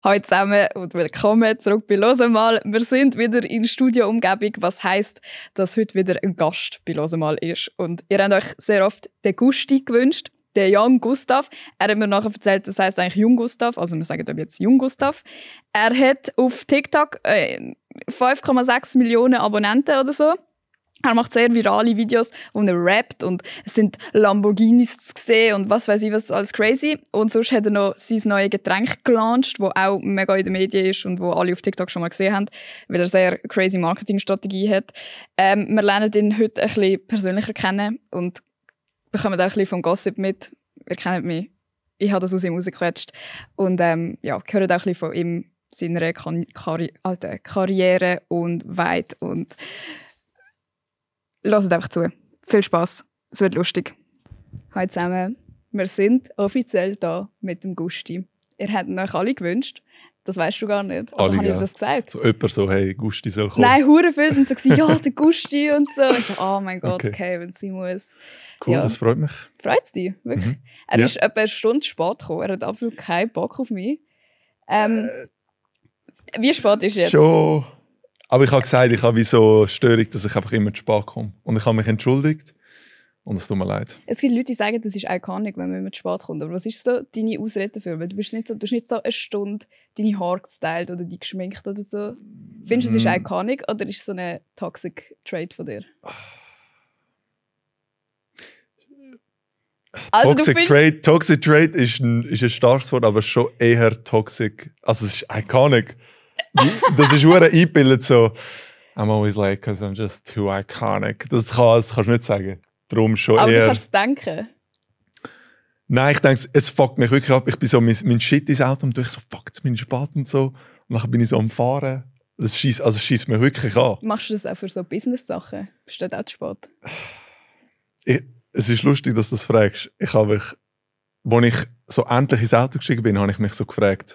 Hallo zusammen und willkommen zurück bei «Höre mal». Wir sind wieder in Studioumgebung, was heisst, dass heute wieder ein Gast bei «Höre mal» ist. Und ihr habt euch sehr oft den Gusti gewünscht, den Young Gustav. Er hat mir nachher erzählt, das heisst eigentlich Jung Gustav, also wir sagen jetzt Jung Gustav. Er hat auf TikTok 5,6 Millionen Abonnenten oder so. Er macht sehr virale Videos, wo er rappt und es sind Lamborghinis zu sehen und was weiß ich was, alles crazy. Und sonst hat er noch sein neues Getränk gelauncht, das auch mega in den Medien ist und wo alle auf TikTok schon mal gesehen haben, weil er sehr crazy Marketingstrategie hat. Wir lernen ihn heute ein bisschen persönlicher kennen und bekommen auch ein bisschen vom Gossip mit. Ihr kennt mich. Ich habe das aus ihm rausgequetscht. Und hören auch ein bisschen von ihm, seiner Karriere und weit und hört einfach zu. Viel Spass. Es wird lustig. Hallo zusammen. Wir sind offiziell da mit dem Gusti. Ihr habt euch alle gewünscht. Das weißt du gar nicht. Also habe ich dir das gesagt? So jemand so, hey, Gusti soll kommen. Nein, hure viele sind so gewesen, ja, der Gusti und so. Ich so, oh mein Gott, okay, wenn sie muss. Cool, ja. Das freut mich. Freut es dich? Wirklich? Mhm. Er ist etwa eine Stunde spät gekommen. Er hat absolut keinen Bock auf mich. Wie spät ist es jetzt? Schon. Aber ich habe gesagt, ich habe wie so Störung, dass ich einfach immer zu spät komme. Und ich habe mich entschuldigt. Und es tut mir leid. Es gibt Leute, die sagen, das ist iconic, wenn man immer zu spät kommt. Aber was ist so deine Ausrede dafür? Weil du hast nicht so eine Stunde deine Haare gestylt oder die geschminkt oder so. Findest du, es ist iconic oder ist es so ein toxic Trait von dir? Alter, toxic Trait ist ein starkes Wort, aber schon eher toxic. Also es ist iconic. Das ist sehr eingebildet so. I'm always like, because I'm just too iconic. Das kannst du nicht sagen. Darum schon aber eher... du kannst es denken. Nein, ich denke, es fuckt mich wirklich ab. Ich bin so mein Shit ins Auto und ich so, fuck, jetzt bin ich spät und so. Und dann bin ich so am Fahren. Das scheisst mich wirklich an. Machst du das auch für so Business-Sachen? Bist du auch zu spät? Es ist lustig, dass du das fragst. Als ich so endlich ins Auto gestiegen bin, habe ich mich so gefragt,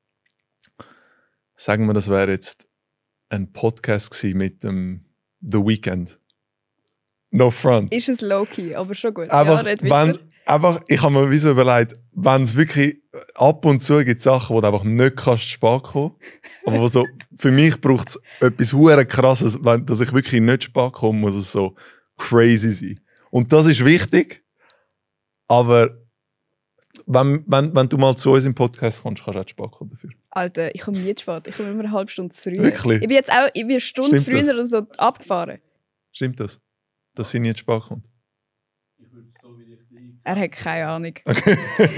sagen wir, das wäre jetzt ein Podcast gewesen mit dem The Weeknd. No front. Ist es low-key, aber schon gut. Einfach, ich habe mir wie so überlegt, wenn es wirklich ab und zu gibt Sachen, wo du einfach nicht kannst zu spät kommen, aber wo so, für mich braucht es etwas hure Krasses, dass ich wirklich nicht zu spät komme, muss es so crazy sein. Und das ist wichtig, aber wenn du mal zu uns im Podcast kommst, kannst du auch zu spät kommen dafür. Alter, ich komme nie zu spät. Ich komme immer eine halbe Stunde zu früh. Wirklich? Ich bin jetzt auch eine Stunde früher oder so abgefahren. Stimmt das? Dass sie nie zu spät kommt? Er hat keine Ahnung. Okay.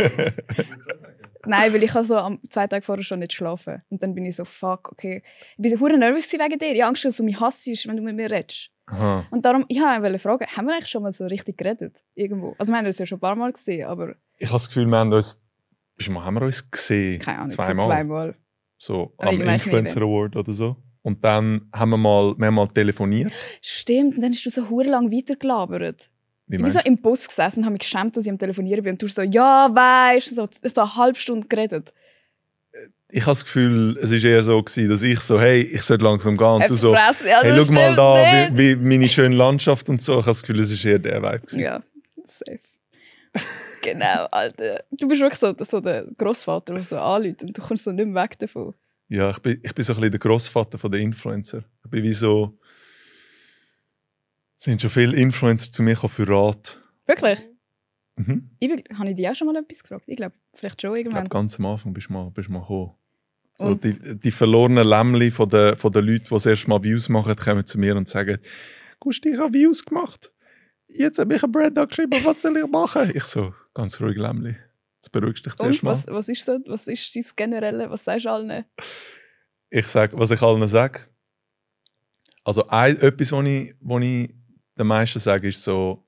Nein, weil ich so am 2 Tage vorher schon nicht schlafen. Und dann bin ich so, fuck, okay. Ich bin so hure nervös wegen dir. Ich habe Angst, dass du mich hasst, wenn du mit mir redest. Aha. Und darum, ich wollte fragen, haben wir eigentlich schon mal so richtig geredet? Irgendwo? Also wir haben uns ja schon ein paar Mal gesehen, aber... Ich habe das Gefühl, haben wir uns gesehen? Keine Ahnung, zweimal. So am Influencer Award oder so. Und dann haben wir mal telefoniert. Stimmt, und dann hast du so hure lang weitergelabert. Ich bin so im Bus gesessen und habe mich geschämt, dass ich am Telefonieren bin. Und du so, ja, weisst du, so eine halbe Stunde geredet. Ich habe das Gefühl, es war eher so gewesen, dass ich so, hey, ich sollte langsam gehen. Und du so, ja, hey, schau mal da, wie meine schöne Landschaft und so. Ich habe das Gefühl, es war eher der Vibe gewesen. Ja, safe. Genau, Alter. Du bist wirklich so der Grossvater, der so anruft und du kommst so nicht mehr weg davon. Ja, ich bin so ein bisschen der Grossvater der Influencer. Ich bin wie so... Es sind schon viele Influencer zu mir für Rat. Wirklich? Mhm. Habe ich dich auch schon mal etwas gefragt? Ich glaube, vielleicht schon irgendwann. Ich glaube, ganz am Anfang bist du mal gekommen. So die verlorenen Lämmchen von den Leuten, die das erste Mal Views machen, kommen zu mir und sagen, Gusti, ich habe Views gemacht. Jetzt habe ich ein Brand angeschrieben, was soll ich machen? Ich so, ganz ruhig Lämmchen. Jetzt beruhigst du dich zuerst mal. Was ist dein Generelle? Was sagst du allen? Ich sage, was ich allen sage. Also etwas, was ich den meisten sage, ist so,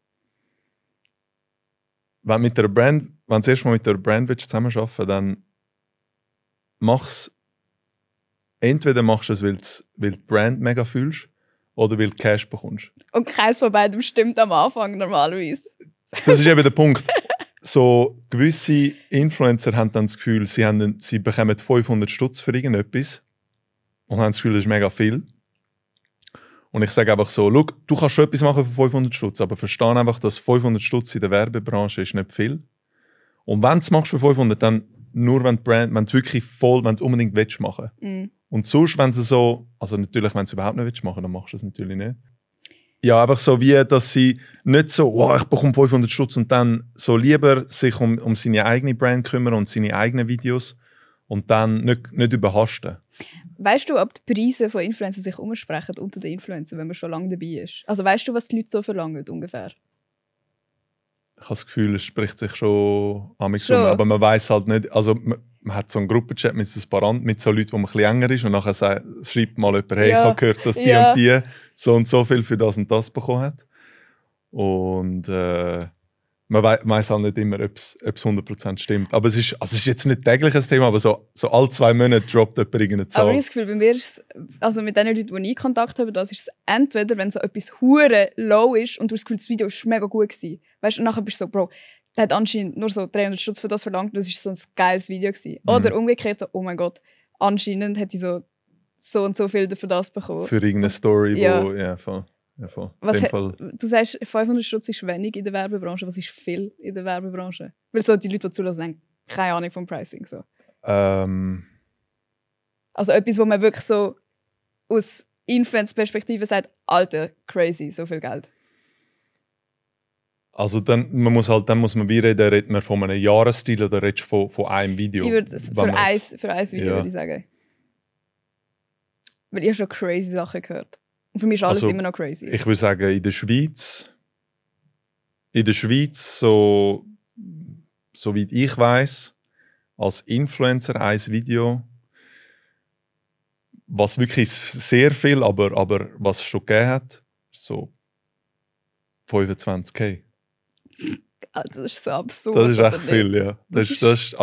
wenn du das erste Mal mit einer Brand zusammenarbeiten willst, dann entweder machst du es, weil du die Brand mega fühlst, oder weil du Cash bekommst. Und keins von beiden stimmt am Anfang normalerweise. Das ist eben der Punkt. So, gewisse Influencer haben dann das Gefühl, sie bekommen 500 Stutz für irgendetwas und haben das Gefühl, das ist mega viel. Und ich sage einfach so, schau, du kannst schon etwas machen für 500 Stutz, aber verstehe einfach, dass 500 Stutz in der Werbebranche ist nicht viel. Und wenn du es machst für 500, dann nur wenn du wirklich voll, wenn du unbedingt willst machen. Und sonst, wenn sie so, also natürlich, wenn du es überhaupt nicht willst machen, dann machst du es natürlich nicht. Ja, einfach so wie, dass sie nicht so, oh, ich bekomme 500 Stutz und dann so lieber sich um seine eigene Brand kümmern und seine eigenen Videos und dann nicht überhasten. Weißt du, ob die Preise von Influencern sich umsprechen unter den Influencern, wenn man schon lange dabei ist? Also weißt du, was die Leute so verlangen ungefähr? Ich habe das Gefühl, es spricht sich schon um, aber man weiß halt nicht, also man hat so einen Gruppenchat mit so Leuten, wo man ein bisschen enger ist und nachher schreibt mal jemand, hey, ich habe gehört, dass die und die so und so viel für das und das bekommen hat. Und man weiss halt nicht immer, ob es 100% stimmt. Aber es ist jetzt nicht täglich ein Thema, aber so alle 2 Monate droppt jemand irgendeine Zahl. Aber ich habe das Gefühl, bei mir ist es, also mit den Leuten, die ich Kontakt habe, das ist es entweder, wenn so etwas hure low ist und du das Gefühl, das Video war mega gut gewesen. Weißt du, und nachher bist du so, Bro, der hat anscheinend nur so 300 Stutz für das verlangt und das war so ein geiles Video gewesen. Oder umgekehrt so, oh mein Gott, anscheinend hätte ich so und so viel für das bekommen. Für irgendeine Story, voll. Du sagst, 500 Stutz ist wenig in der Werbebranche. Was ist viel in der Werbebranche? Weil so die Leute, die zulassen, haben keine Ahnung vom Pricing. So. Also etwas, wo man wirklich so aus Influence-Perspektive sagt, Alter, crazy, so viel Geld. Also dann muss man wie reden, redet man von einem Jahresstil oder redest du von einem Video? Ich würde für ein Video würde ich sagen. Weil ich habe schon crazy Sachen gehört. Und für mich ist alles immer noch crazy. Ich würde sagen, in der Schweiz, so wie ich weiss, als Influencer ein Video, was wirklich sehr viel, aber was es schon gegeben hat, so 25.000. Also das ist so absurd. Das ist echt viel, ja. Das ist nicht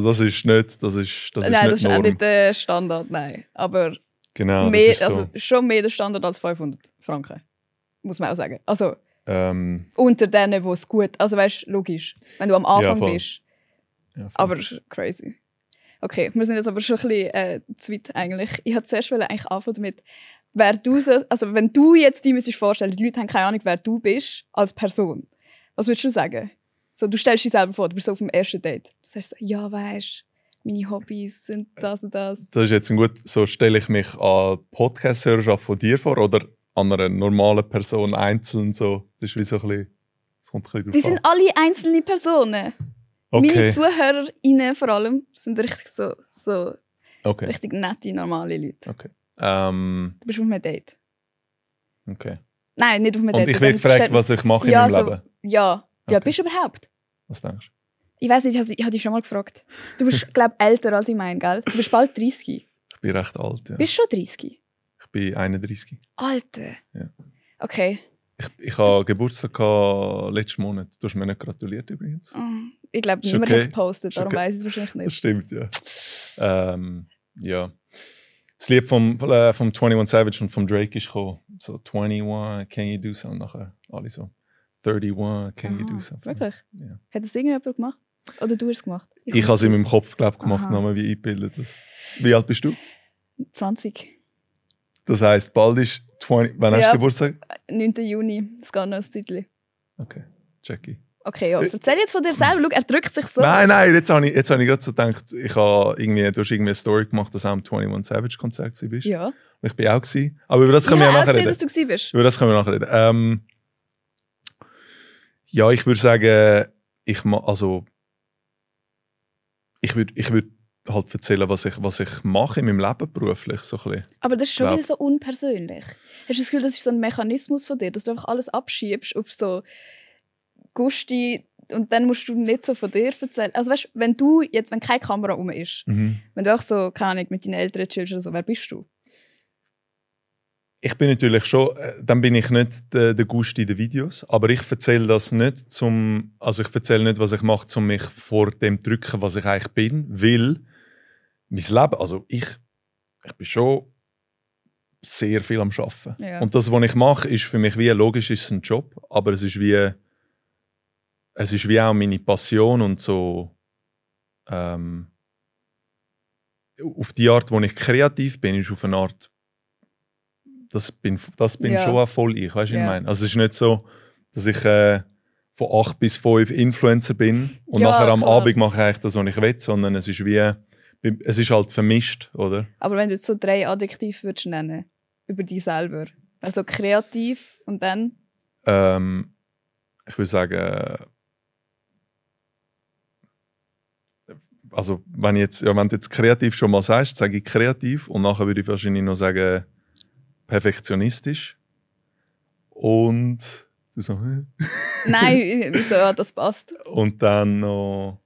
auch nicht der Standard, nein. Aber genau, mehr, das ist so. Also schon mehr der Standard als 500 Franken, muss man auch sagen. Also unter denen, wo es gut, also weißt du, logisch, wenn du am Anfang bist. Ja, aber crazy. Okay, wir sind jetzt aber schon ein bisschen zu weit eigentlich. Ich wollte zuerst eigentlich anfangen mit, wenn du jetzt dir vorstellen müsstest, die Leute haben keine Ahnung, wer du bist als Person. Was würdest du sagen? So, du stellst dich selber vor, du bist so auf dem ersten Date. Du sagst so, ja, weisst, meine Hobbys sind das und das. Das ist jetzt ein gut, so stelle ich mich an Podcast-Hörerschaft von dir vor oder an einer normalen Person einzeln so. Das ist wie so ein bisschen, das kommt ein bisschen Die sind alle einzelne Personen. Okay. Meine ZuhörerInnen vor allem sind richtig so richtig nette, normale Leute. Okay. Du bist auf einem Date. Okay. Nein, nicht auf einem Date. Und ich werde gefragt, was ich mache in meinem Leben. Ja. Wie alt bist du überhaupt? Was denkst du? Ich weiß nicht, ich habe dich schon mal gefragt. Du bist, glaube ich, älter als ich meine, gell? Du bist bald 30. Ich bin recht alt, ja. Bist du schon 30? Ich bin 31. Alter. Ja. Okay. Ich hatte Geburtstag letzten Monat. Du hast mir nicht gratuliert übrigens. Ich glaube, niemand hat es gepostet, darum weiss ich es wahrscheinlich nicht. Das stimmt, ja. Ja. Das Lied vom 21 Savage und vom Drake ist gekommen. So 21, can you do something? Nachher alle so 31, can you do something? Wirklich? Ja. Hat das irgendjemand gemacht? Oder du hast es gemacht? Ich habe es in meinem Kopf gemacht, nochmal wie eingebildet. Wie alt bist du? 20. Das heisst, bald ist 20. Wann hast du Geburtstag? 9. Juni. Es geht noch ein Zeitchen. Okay, Jackie. Okay, ja. Erzähl jetzt von dir selber. Schau, er drückt sich so. Nein, jetzt habe ich gerade so gedacht, du hast irgendwie eine Story gemacht, dass du am 21 Savage Konzert warst. Ja. Und ich bin auch gewesen. Aber über das können wir ja nachher reden. Dass du gewesen bist. Über das können wir nachher reden. Ja, ich würde sagen, ich würde halt erzählen, was ich mache in meinem Leben beruflich. So ein bisschen. Aber das ist schon wieder so unpersönlich. Hast du das Gefühl, das ist so ein Mechanismus von dir, dass du einfach alles abschiebst auf so Gusti und dann musst du nicht so von dir erzählen. Also weißt, wenn keine Kamera rum ist, wenn du auch so, keine Ahnung, mit deinen Eltern chillst oder so, wer bist du? Ich bin natürlich schon, dann bin ich nicht der Gusti in den Videos, aber ich erzähle das nicht ich erzähle nicht, was ich mache, um mich vor dem zu drücken, was ich eigentlich bin, weil mein Leben, also ich bin schon sehr viel am Arbeiten. Ja. Und das, was ich mache, ist für mich logisch, ist es ein Job, aber es ist wie auch meine Passion und so auf die Art, wo ich kreativ bin, ist auf eine Art das bin schon auch voll ich, weißt du, was ich meine? Also es ist nicht so, dass ich von 8 bis 5 Influencer bin und Ja, nachher am klar. Abend mache ich eigentlich das, was ich will, sondern es ist halt vermischt, oder? Aber wenn du jetzt so 3 Adjektive würdest nennen über dich selber, also kreativ und dann? Ich würde sagen, also wenn du jetzt kreativ schon mal sagst, sage ich kreativ und nachher würde ich wahrscheinlich noch sagen perfektionistisch und du so, Nein, wieso? Ja, das passt. und dann noch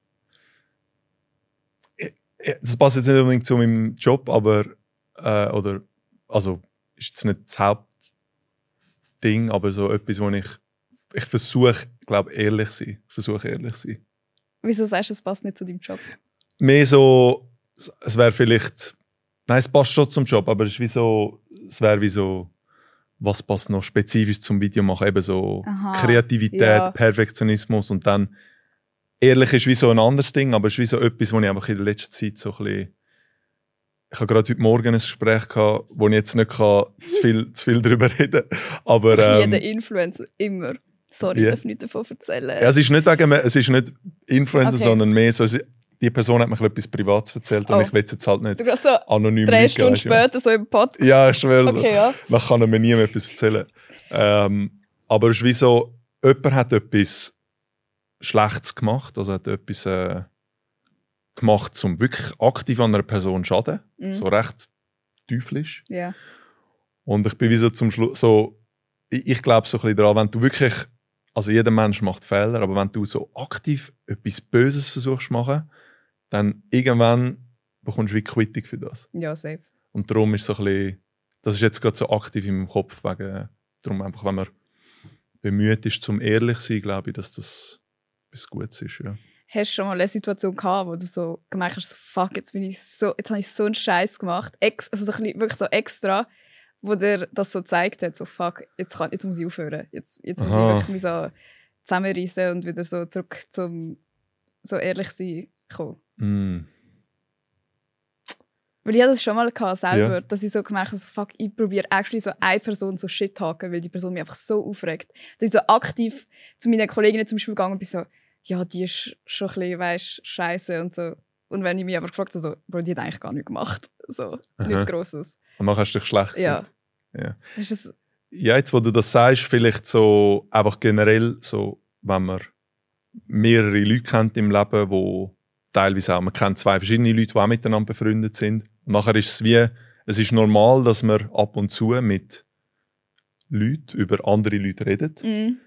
das passt jetzt nicht unbedingt zu meinem Job, aber also ist jetzt nicht das Hauptding, aber so etwas, wo ich versuche, glaube ehrlich zu sein. Ich versuche ehrlich zu sein. Wieso sagst du, es passt nicht zu deinem Job? Mehr so, es wäre vielleicht, nein, es passt schon zum Job, aber es ist wie so, es wäre wie so, was passt noch spezifisch zum Video machen, eben so Aha, Kreativität, ja. Perfektionismus und dann ehrlich ist wie so ein anderes Ding, aber es ist wie so etwas, wo ich einfach in der letzten Zeit so ein bisschen, ich habe gerade heute Morgen ein Gespräch gehabt, wo ich jetzt nicht zu viel darüber reden kann, aber Jeder Influencer, immer. Sorry, Wie? ich darf nichts davon erzählen. ja, es ist nicht Influencer, Okay. sondern mehr so, die Person hat mir etwas Privates erzählt und Oh. ich will es jetzt halt nicht Du gerade so anonym 3 liegen, Stunden weisst du? später so im Podcast. Ja, ich schwöre Okay, ja. Man kann mir nie mehr etwas erzählen. Aber es ist wie so, jemand hat etwas Schlechtes gemacht, also hat etwas gemacht, um wirklich aktiv an einer Person zu schaden. Mhm. So recht teuflisch. Ja. Und ich bin wie so zum Schluss so, ich glaube so ein bisschen daran, wenn du wirklich, also jeder Mensch macht Fehler, aber wenn du so aktiv etwas Böses versuchst zu machen, dann irgendwann bekommst du wie Quittung für das. Ja, safe. Und darum ist so ein bisschen, das ist jetzt gerade so aktiv in meinem Kopf, darum einfach, wenn man bemüht ist, zum ehrlich zu sein, glaube ich, dass das etwas Gutes ist, ja. Hast du schon mal eine Situation gehabt, wo du so gemerkt hast, so, fuck, jetzt habe ich so einen Scheiß gemacht, also so ein bisschen, wirklich so extra, wo dir das so gezeigt hat, so fuck, jetzt muss ich aufhören, jetzt muss ich Aha. wirklich mich so zusammenreißen und wieder so zurück zum so ehrlich sein kommen. Mm. Weil ich hatte das schon mal gehabt, selber, Ja. dass ich so gemerkt habe, so, fuck, ich probiere actually so eine Person so shit zu haken, weil die Person mich einfach so aufregt. Dass ich so aktiv zu meinen Kolleginnen zum Beispiel gegangen bin, so, ja, die ist schon ein bisschen, weisst, scheisse und so. Und wenn ich mich aber gefragt habe, so, Bro, die hat eigentlich gar nichts gemacht. So, Aha. nichts Grosses. Und dann hast du dich schlecht Ja. gefühlt. Ja. Ist es, Ja, jetzt, wo du das sagst, vielleicht so einfach generell, so, wenn man mehrere Leute kennt im Leben, wo teilweise auch, man kennt 2 verschiedene Leute, die auch miteinander befreundet sind. Und nachher ist es wie, es ist normal, dass man ab und zu mit Leuten über andere Leute redet.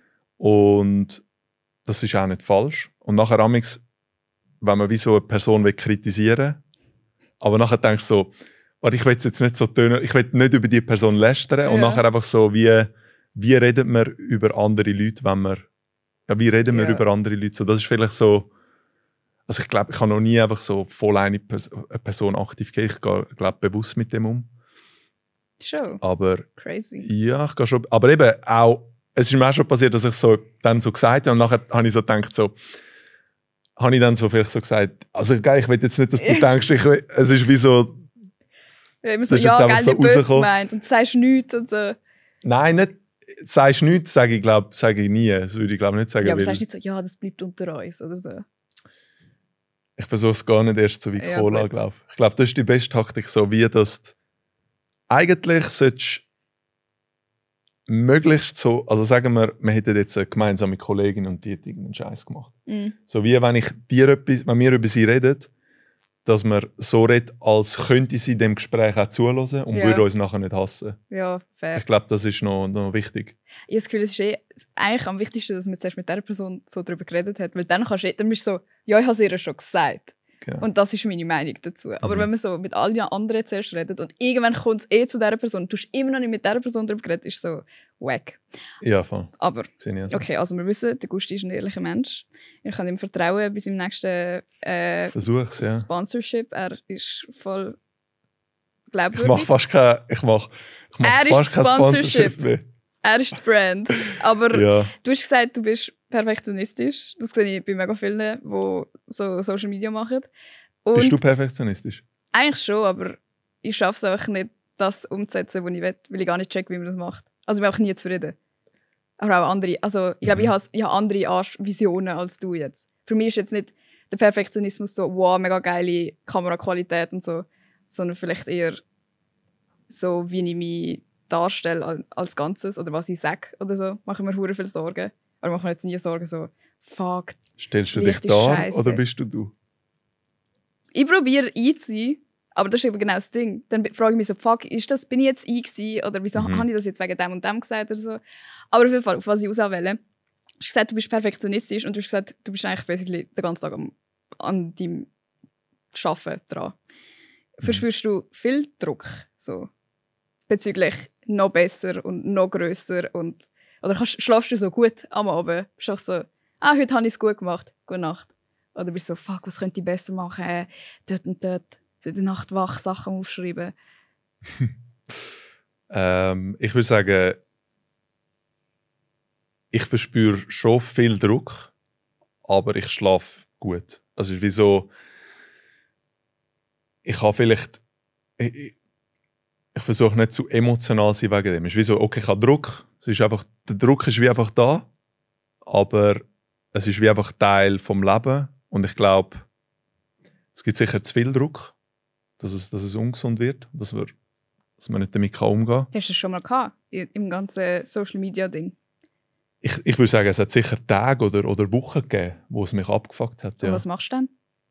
Und das ist auch nicht falsch. Und nachher amix, wenn man wie so eine Person will kritisieren, aber nachher denkst du so, warte, ich will jetzt nicht so tönen, ich will nicht über die Person lästern und Ja. nachher einfach so, wie redet man über andere Leute, wie reden wir Ja. über andere Leute? So, das ist vielleicht so, also ich glaube, ich habe noch nie einfach so voll eine Person aktiv gegeben. Ich gehe, glaube bewusst mit dem um. schon Aber crazy. ja, ich gehe schon. Aber eben auch, es ist mir auch schon passiert, dass ich so dann so gesagt habe und nachher habe ich so gedacht, so, habe ich dann so vielleicht so gesagt, also geil, ich will jetzt nicht, dass du denkst, es ist wie so, Ja, immer so, das ist ja, jetzt einfach geil, so nicht böse rausgekommen. gemeint und du sagst nichts und so. nein, nicht, sagst du nichts, sage ich nie. Das würde ich glaube nicht sagen. Ja, aber weil sagst nicht so, ja, das bleibt unter uns oder so. ich versuche es gar nicht erst so wie Ja, Cola, gut. glaube ich. Ich glaube, das ist die beste Taktik, so wie das eigentlich solltest möglichst so, also sagen wir hätten jetzt eine gemeinsame Kollegin und die hat irgendeinen Scheiß gemacht. So wie wenn wenn wir über sie reden, dass man so redet, als könnte sie dem Gespräch auch zuhören und Ja. würde uns nachher nicht hassen. Ja, fair. Ich glaube, das ist noch wichtig. Ich habe das Gefühl, es ist eigentlich am wichtigsten, dass man zuerst mit dieser Person so darüber geredet hat, weil dann dann bist du so, ja, ich habe es ihr schon gesagt. Genau. Und das ist meine Meinung dazu. Aber Mhm. wenn man so mit allen anderen zuerst redet und irgendwann kommt es zu dieser Person, du hast immer noch nicht mit dieser Person darüber geredet, ist so wack. Ja, voll. Aber Sehe ich also. okay, also wir wissen, der Gusti ist ein ehrlicher Mensch. Ich kann ihm vertrauen bis im nächsten Versuch's, ja. Sponsorship. Er ist voll Ich glaubwürdig. mache fast kein, ich mach Er ist fast kein Sponsorship. Sponsorship mehr. Er ist die Brand. Aber Ja. du hast gesagt, du bist perfektionistisch. Das sehe ich bei mega vielen, die so Social Media machen. Und Bist du perfektionistisch? eigentlich schon, aber ich schaffe es einfach nicht, das umzusetzen, was ich will, weil ich gar nicht check, wie man das macht. Also ich bin auch nie zufrieden. Aber auch andere. Also, ich glaube, ich habe andere Visionen als du jetzt. Für mich ist jetzt nicht der Perfektionismus so, wow, mega geile Kameraqualität und so, sondern vielleicht eher so, wie ich mich darstelle als Ganzes oder was ich sage oder so. Mache ich mir hure viel Sorgen. Aber mache mir jetzt nie Sorgen so, fuck. Stellst du dich dar oder bist du? Ich probiere einzusein, aber das ist eben genau das Ding. Dann frage ich mich so, fuck, bin ich jetzt ich gewesen? Oder wieso habe ich das jetzt wegen dem und dem gesagt oder so? Aber auf jeden Fall, auf was ich auswähle. Du hast gesagt, du bist perfektionistisch und du hast gesagt, du bist eigentlich basically den ganzen Tag an deinem Arbeiten dran. Verspürst du viel Druck so, bezüglich noch besser und noch grösser? Oder schlafst du so gut am Abend? Bist du auch so, heute habe ich es gut gemacht, gute Nacht. Oder bist du so, fuck, was könnte ich besser machen? Dort und dort. So in der Nacht wach Sachen aufschreiben. Ich würde sagen, ich verspüre schon viel Druck, aber ich schlafe gut. Also es ist wie so, ich habe vielleicht, ich versuche nicht zu emotional zu sein wegen dem. Es ist wie so, okay, ich habe Druck, der Druck ist wie einfach da, aber es ist wie einfach Teil vom Leben und ich glaube, es gibt sicher zu viel Druck, dass es ungesund wird, dass man nicht damit umgehen kann. Hast du das schon mal gehabt, im ganzen Social-Media-Ding? Ich würde sagen, es hat sicher Tage oder Wochen gegeben, wo es mich abgefuckt hat. Und was machst du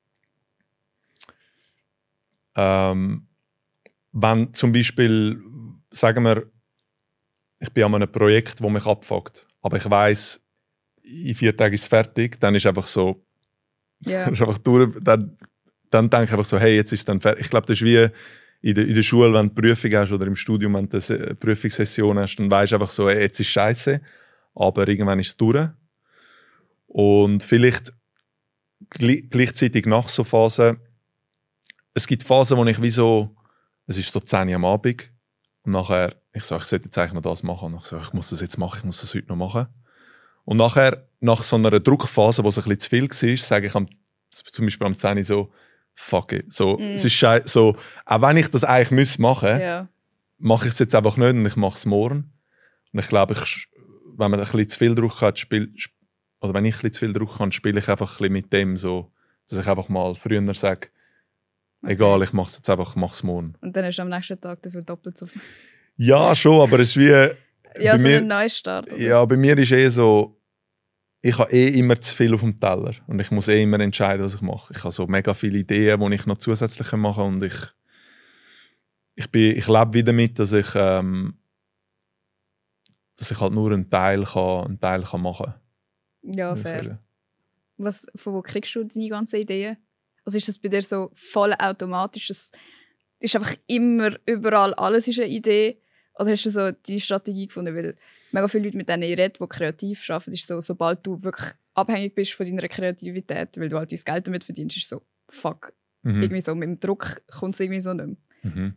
dann? Wenn zum Beispiel, sagen wir, ich bin an einem Projekt, das mich abfuckt, aber ich weiss, in 4 Tagen ist es fertig, dann ist einfach so, ist einfach durch, dann denke ich einfach so, hey, jetzt ist es dann fertig. Ich glaube, das ist wie in der Schule, wenn du Prüfung hast oder im Studium, wenn du eine Prüfungssession hast, dann weisst du einfach so, hey, jetzt ist scheiße, aber irgendwann ist es durch. Und vielleicht gleichzeitig nach so Phasen, es gibt Phasen, wo ich wie so, es ist so 10 Uhr am Abend und nachher, ich sollte jetzt eigentlich noch das machen. Und ich sage, ich muss das jetzt machen, ich muss das heute noch machen. Und nachher, nach so einer Druckphase, wo es ein bisschen zu viel war, sage ich zum Beispiel am 10 Uhr so, fuck it. So, es ist so, auch wenn ich das eigentlich machen müsste, mache ich es jetzt einfach nicht und ich mache es morgen. Und ich glaube, wenn man ein bisschen zu viel Druck hat, oder wenn ich ein bisschen zu viel Druck habe, spiele ich einfach ein bisschen mit dem so, dass ich einfach mal früher sage, egal, ich mache es jetzt einfach, mache es morgen. Und dann hast du am nächsten Tag dafür doppelt so viel. Ja, schon, aber es ist wie... Ja, so ein Neustart. Oder? Ja, bei mir ist so, ich habe immer zu viel auf dem Teller und ich muss immer entscheiden, was ich mache. Ich habe so mega viele Ideen, die ich noch zusätzlich machen kann und ich lebe wieder damit, dass ich halt nur einen Teil kann machen kann. Ja, fair. Von wo kriegst du deine ganzen Ideen? Also ist das bei dir so voll automatisch? Es ist einfach immer, überall, alles ist eine Idee? Oder hast du so die Strategie gefunden? Weil mega viele Leute, mit denen ich rede, die kreativ arbeiten, ist so, sobald du wirklich abhängig bist von deiner Kreativität, weil du halt dein Geld damit verdienst, ist so, fuck. Irgendwie so mit dem Druck kommt es irgendwie so nicht mehr.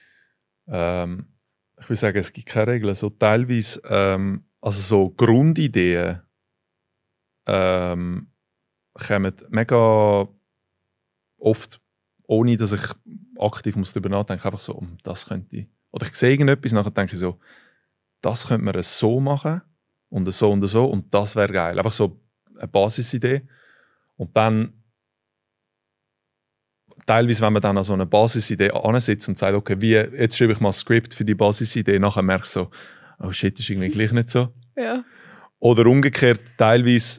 Ich würde sagen, es gibt keine Regeln. So teilweise, also so Grundideen kommen mega oft, ohne dass ich aktiv darüber nachdenken muss, einfach so, das könnte ich. Oder ich sehe irgendetwas, nachher denke ich so, das könnte man so machen und so und so und das wäre geil. Einfach so eine Basisidee. Und dann, teilweise, wenn man dann an so eine Basisidee ansitzt und sagt, okay, jetzt schreibe ich mal ein Skript für die Basisidee, nachher merke ich so, oh shit, ist irgendwie gleich nicht so. Ja. Oder umgekehrt, teilweise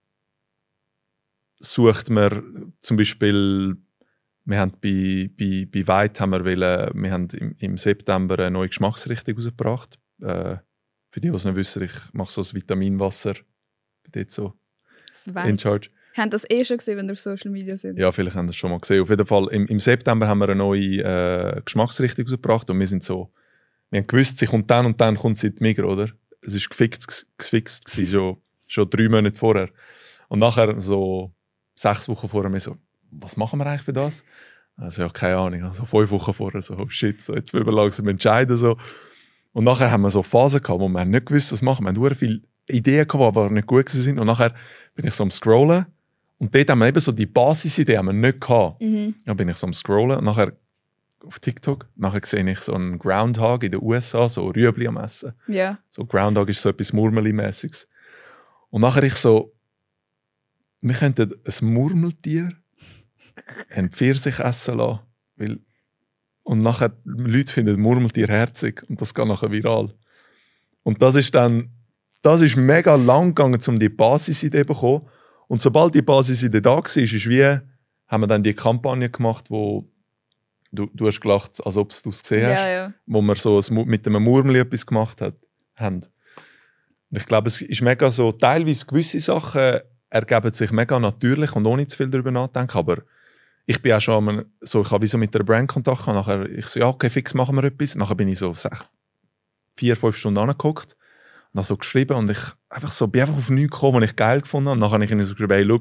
sucht man zum Beispiel, wir haben bei White wir haben im September eine neue Geschmacksrichtung rausgebracht. Für die, die es nicht wissen, ich mache so ein Vitaminwasser. Bin dort so in charge. Haben das schon gesehen, wenn ihr auf Social Media seid? Ja, vielleicht haben das schon mal gesehen. Auf jeden Fall, im September haben wir eine neue Geschmacksrichtung rausgebracht und wir haben gewusst, sie kommt dann und dann kommt sie in die Migros, oder? Es war gefixt gewesen, schon 3 Monate vorher. Und nachher, so 6 Wochen vorher, wir so, was machen wir eigentlich für das? Also ja, keine Ahnung. Also 5 Wochen vorher so, oh shit, so, jetzt müssen wir langsam entscheiden. So. Und nachher haben wir so Phasen gehabt, wo wir nicht gewusst, was machen. Wir haben sehr viele Ideen gehabt, die aber nicht gut waren. Und nachher bin ich so am Scrollen. Und dort haben wir eben so die Basisidee haben wir nicht gehabt. Dann bin ich so am Scrollen. Und nachher auf TikTok. Nachher sehe ich so einen Groundhog in den USA, so Rüebli am Essen. Ja. So Groundhog ist so etwas Murmeli-mäßiges. Und nachher ich so, wir könnten ein Murmeltier einen Pfirsich essen lassen. Und nachher, Leute finden Murmeltier herzig und das geht nachher viral. Und das ist mega lang gegangen, um die Basisidee zu bekommen. Und sobald die Basisidee da war, haben wir dann die Kampagne gemacht, wo du hast gelacht, als ob du es gesehen hast, Ja. wo wir so mit einem Murmeli etwas gemacht haben. Und ich glaube, es ist mega so, teilweise gewisse Sachen ergeben sich mega natürlich und ohne zu viel darüber nachdenken, aber ich bin auch schon so, ich habe wie so mit der Brand Kontakt gehabt, nachher ich so, ja okay, fix machen wir etwas. Nachher bin ich so 4-5 Stunden angeguckt und habe so geschrieben und ich bin einfach auf nichts gekommen, was ich geil gefunden habe. Und nachher habe ich ihnen so geschrieben, hey, schau,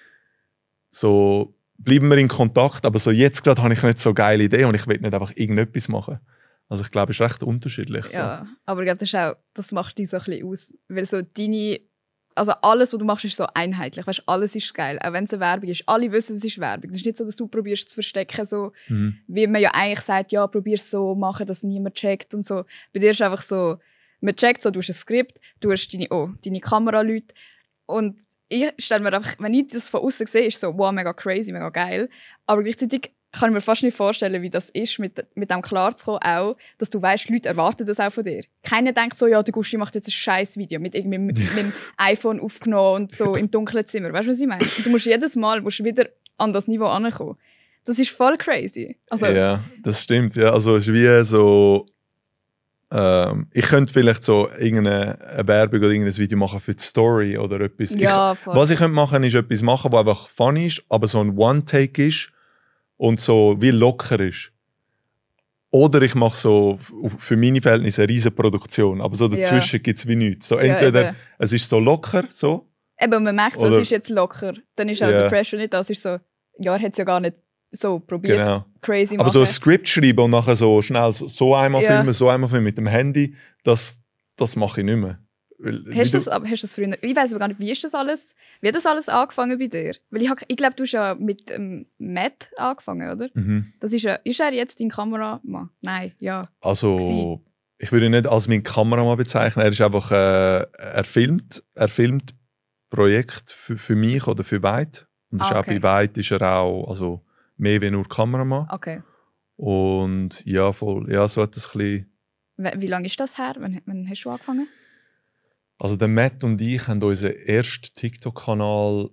so bleiben wir in Kontakt, aber so jetzt gerade habe ich nicht so eine geile Idee und ich will nicht einfach irgendetwas machen. Also ich glaube, es ist recht unterschiedlich. So. Ja, aber ich glaube, das macht dich so ein bisschen aus, weil so also alles, was du machst, ist so einheitlich. Weißt, alles ist geil, auch wenn es eine Werbung ist. Alle wissen, es ist Werbung. Es ist nicht so, dass du probierst zu verstecken, so, wie man ja eigentlich sagt, ja, probier es so machen, dass niemand checkt und so. Bei dir ist einfach so, man checkt so, du hast ein Skript, du hast deine Kameraleute und ich stelle mir einfach, wenn ich das von außen sehe, ist so, wow, mega crazy, mega geil. Aber gleichzeitig kann ich mir fast nicht vorstellen, wie das ist, mit dem klarzukommen, auch, dass du weißt, Leute erwarten das auch von dir. Keiner denkt so, ja, der Gusti macht jetzt ein scheiß Video mit dem iPhone aufgenommen und so im dunklen Zimmer. Weißt du, was ich meine? Und du musst jedes Mal wieder an das Niveau ankommen. Das ist voll crazy. Also, ja, das stimmt. Ja, also es ist wie so, ich könnte vielleicht so irgendeine Werbung oder irgendein Video machen für die Story oder etwas. Ja, was ich könnte machen, ist etwas machen, was einfach funny ist, aber so ein One-Take ist und so wie locker ist. Oder ich mache so für meine Verhältnisse eine riesige Produktion, aber so dazwischen gibt es wie nichts. So entweder es ist so locker, so. Eben, man merkt so, es ist jetzt locker. Dann ist auch der Pressure nicht da. Es ist so, ja, er hat es ja gar nicht so probiert, genau. Crazy machen. Aber so ein Skript schreiben und nachher so schnell so einmal filmen mit dem Handy, das mache ich nicht mehr. Hast du das früher? Ich weiß aber gar nicht, wie hat das alles angefangen bei dir? Weil ich glaube, du hast ja mit Matt angefangen, oder? Mhm. Das ist er jetzt dein Kameramann? Nein, ja. Also, ich würde ihn nicht als meinen Kameramann bezeichnen. Er ist einfach, er filmt Projekte für mich oder für Weit. Und ist auch bei Weit ist er auch, also mehr wie nur Kameramann. Okay. Und ja, voll. Ja, so hat das ein bisschen... Wie lange ist das her? Wann hast du angefangen? Also der Matt und ich haben unseren ersten TikTok-Kanal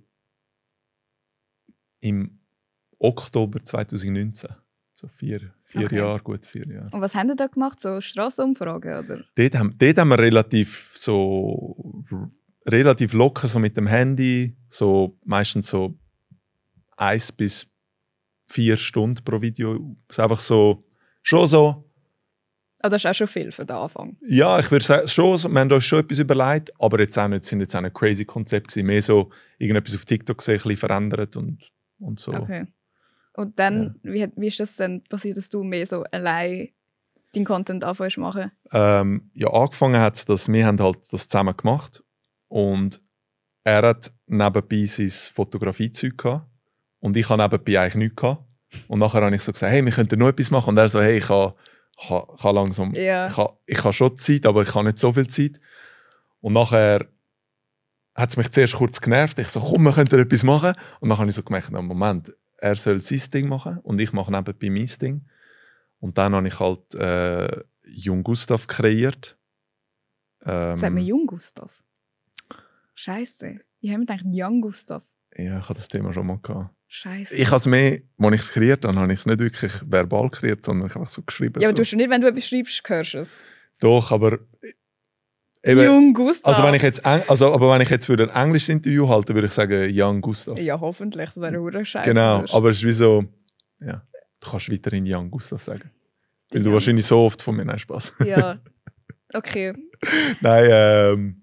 im Oktober 2019. So 4 Jahre, gut 4 Jahre. Und was haben ihr da gemacht? So Strassenumfragen, oder? Dort haben wir relativ locker so mit dem Handy, so meistens so 1 bis 4 Stunden pro Video. Das ist einfach so, schon so. Also das ist auch schon viel für den Anfang. Ja, ich würde sagen, schon, wir haben uns schon etwas überlegt, aber sind jetzt auch nicht crazy Konzept gewesen. Mehr so irgendetwas auf TikTok gesehen, ein bisschen verändert und so. Okay. Und dann, wie ist das denn passiert, dass du mehr so allein deinen Content anfängst zu machen? Ja, angefangen hat es, dass wir haben halt das zusammen gemacht und er hat nebenbei sein Fotografiezeug gehabt und ich habe nebenbei eigentlich nichts gehabt. Und nachher habe ich so gesagt, hey, wir könnten noch etwas machen. Und er so, hey, ich habe langsam, ich habe schon Zeit, aber ich habe nicht so viel Zeit. Und nachher hat es mich zuerst kurz genervt. Ich so, komm, wir könnten etwas machen. Und dann habe ich so gemerkt, Moment, er soll sein Ding machen und ich mache nebenbei mein Ding. Und dann habe ich halt Jung Gustav kreiert. Sagt man Jung Gustav? Scheiße. Ich habe mir gedacht, Young Gustav. Ja, ich hatte das Thema schon mal gehabt. Scheiße. Ich habe es mehr, als ich es kreiert habe, habe ich es nicht wirklich verbal kreiert, sondern einfach so geschrieben. Ja, aber so. du nicht, wenn du etwas schreibst, hörst du es. Doch, aber eben, Young Gustav. Also wenn ich jetzt für ein englisches Interview halte, würde ich sagen Young Gustav. Ja, hoffentlich. Das wäre eine Scheiße. Genau, sonst. aber es ist wie so, ja, du kannst weiterhin Young Gustav sagen. Weil du wahrscheinlich so oft von mir hast Spaß. Ja, okay. Nein,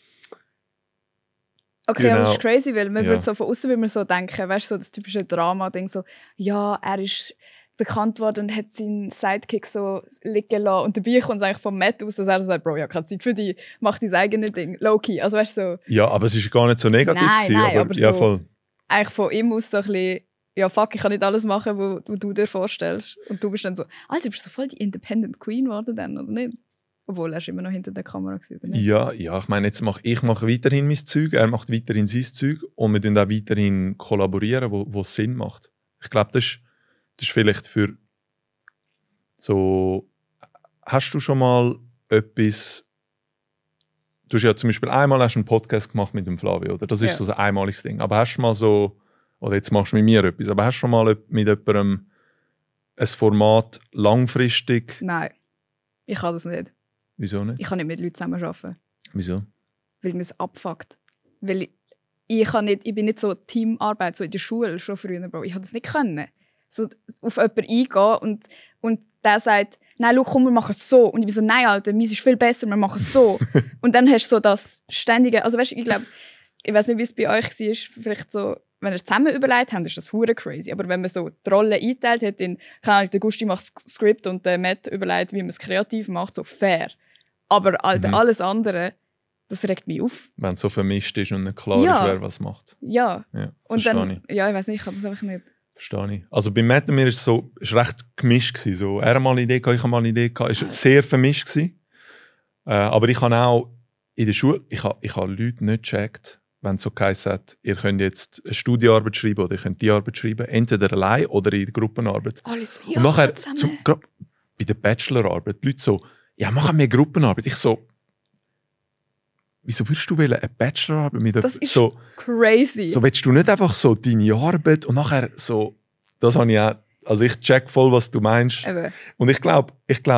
Okay, genau. aber das ist crazy, weil man würde so von außen will man so denken, weißt du, so das typische Drama-Ding, so, ja, er ist bekannt worden und hat seinen Sidekick so liegen lassen und dabei kommt es eigentlich vom Matt aus, dass er so sagt, Bro, ich habe keine Zeit für dich, mach dein eigenes Ding, low-key, also weißt du so. Ja, aber es ist gar nicht so negativ nein, aber so ja, voll. eigentlich von ihm aus so ein bisschen, ja fuck, ich kann nicht alles machen, was du dir vorstellst. Und du bist dann so, Alter, du bist so voll die Independent Queen geworden dann, oder nicht? Obwohl, er ist immer noch hinter der Kamera gewesen, oder nicht? Ja, ich meine, ich mache weiterhin mein Zeug, er macht weiterhin sein Zeug und wir tun auch weiterhin kollaborieren, wo es Sinn macht. Ich glaube, das ist vielleicht für so... Hast du schon mal etwas... Du hast ja zum Beispiel einmal einen Podcast gemacht mit dem Flavio, oder? Das ist so ein einmaliges Ding. Aber hast du mal so... Oder jetzt machst du mit mir etwas. Aber hast du schon mal mit jemandem ein Format langfristig... Nein, ich kann das nicht. Wieso nicht? Ich kann nicht mit Leuten zusammenarbeiten. Wieso? Weil mir es abfuckt. Weil ich bin nicht so Teamarbeit, so in der Schule schon früher, Bro. Ich konnte das nicht können. So auf jemanden eingehen und der sagt, nein, schau, komm, wir machen es so. Und ich bin so, nein, Alter, meins ist viel besser, wir machen es so. Und dann hast du so das ständige, also weißt du, ich weiß nicht, wie es bei euch war, vielleicht so, wenn ihr zusammen überlegt habt, ist das hure crazy. Aber wenn man so die Rollen eingeteilt hat, dann kann der Gusti macht das Skript und der Matt überlegt, wie man es kreativ macht, so fair. Aber Alter, alles andere, das regt mich auf. Wenn es so vermischt ist und nicht klar ist, wer was macht. Ja. Und dann, ich. Ja, ich weiß nicht, ich kann das einfach nicht. Verstehe ich. Also bei Matt und mir war es recht gemischt gewesen. So, er hat mal eine Idee gehabt, ich habe mal eine Idee gehabt. Es war sehr vermischt gewesen. Aber ich habe auch in der Schule, ich habe Leute nicht gecheckt, wenn es so geheißen hat, ihr könnt jetzt eine Studienarbeit schreiben oder ihr könnt die Arbeit schreiben, entweder allein oder in der Gruppenarbeit. Alles und nachher, bei der Bachelorarbeit, die Leute so, ja, machen wir Gruppenarbeit. Ich so, wieso würdest du eine Bachelorarbeit mit das ist so crazy. So willst du nicht einfach so deine Arbeit und nachher so, das habe ich auch, also ich check voll, was du meinst. Eben. Und ich glaube,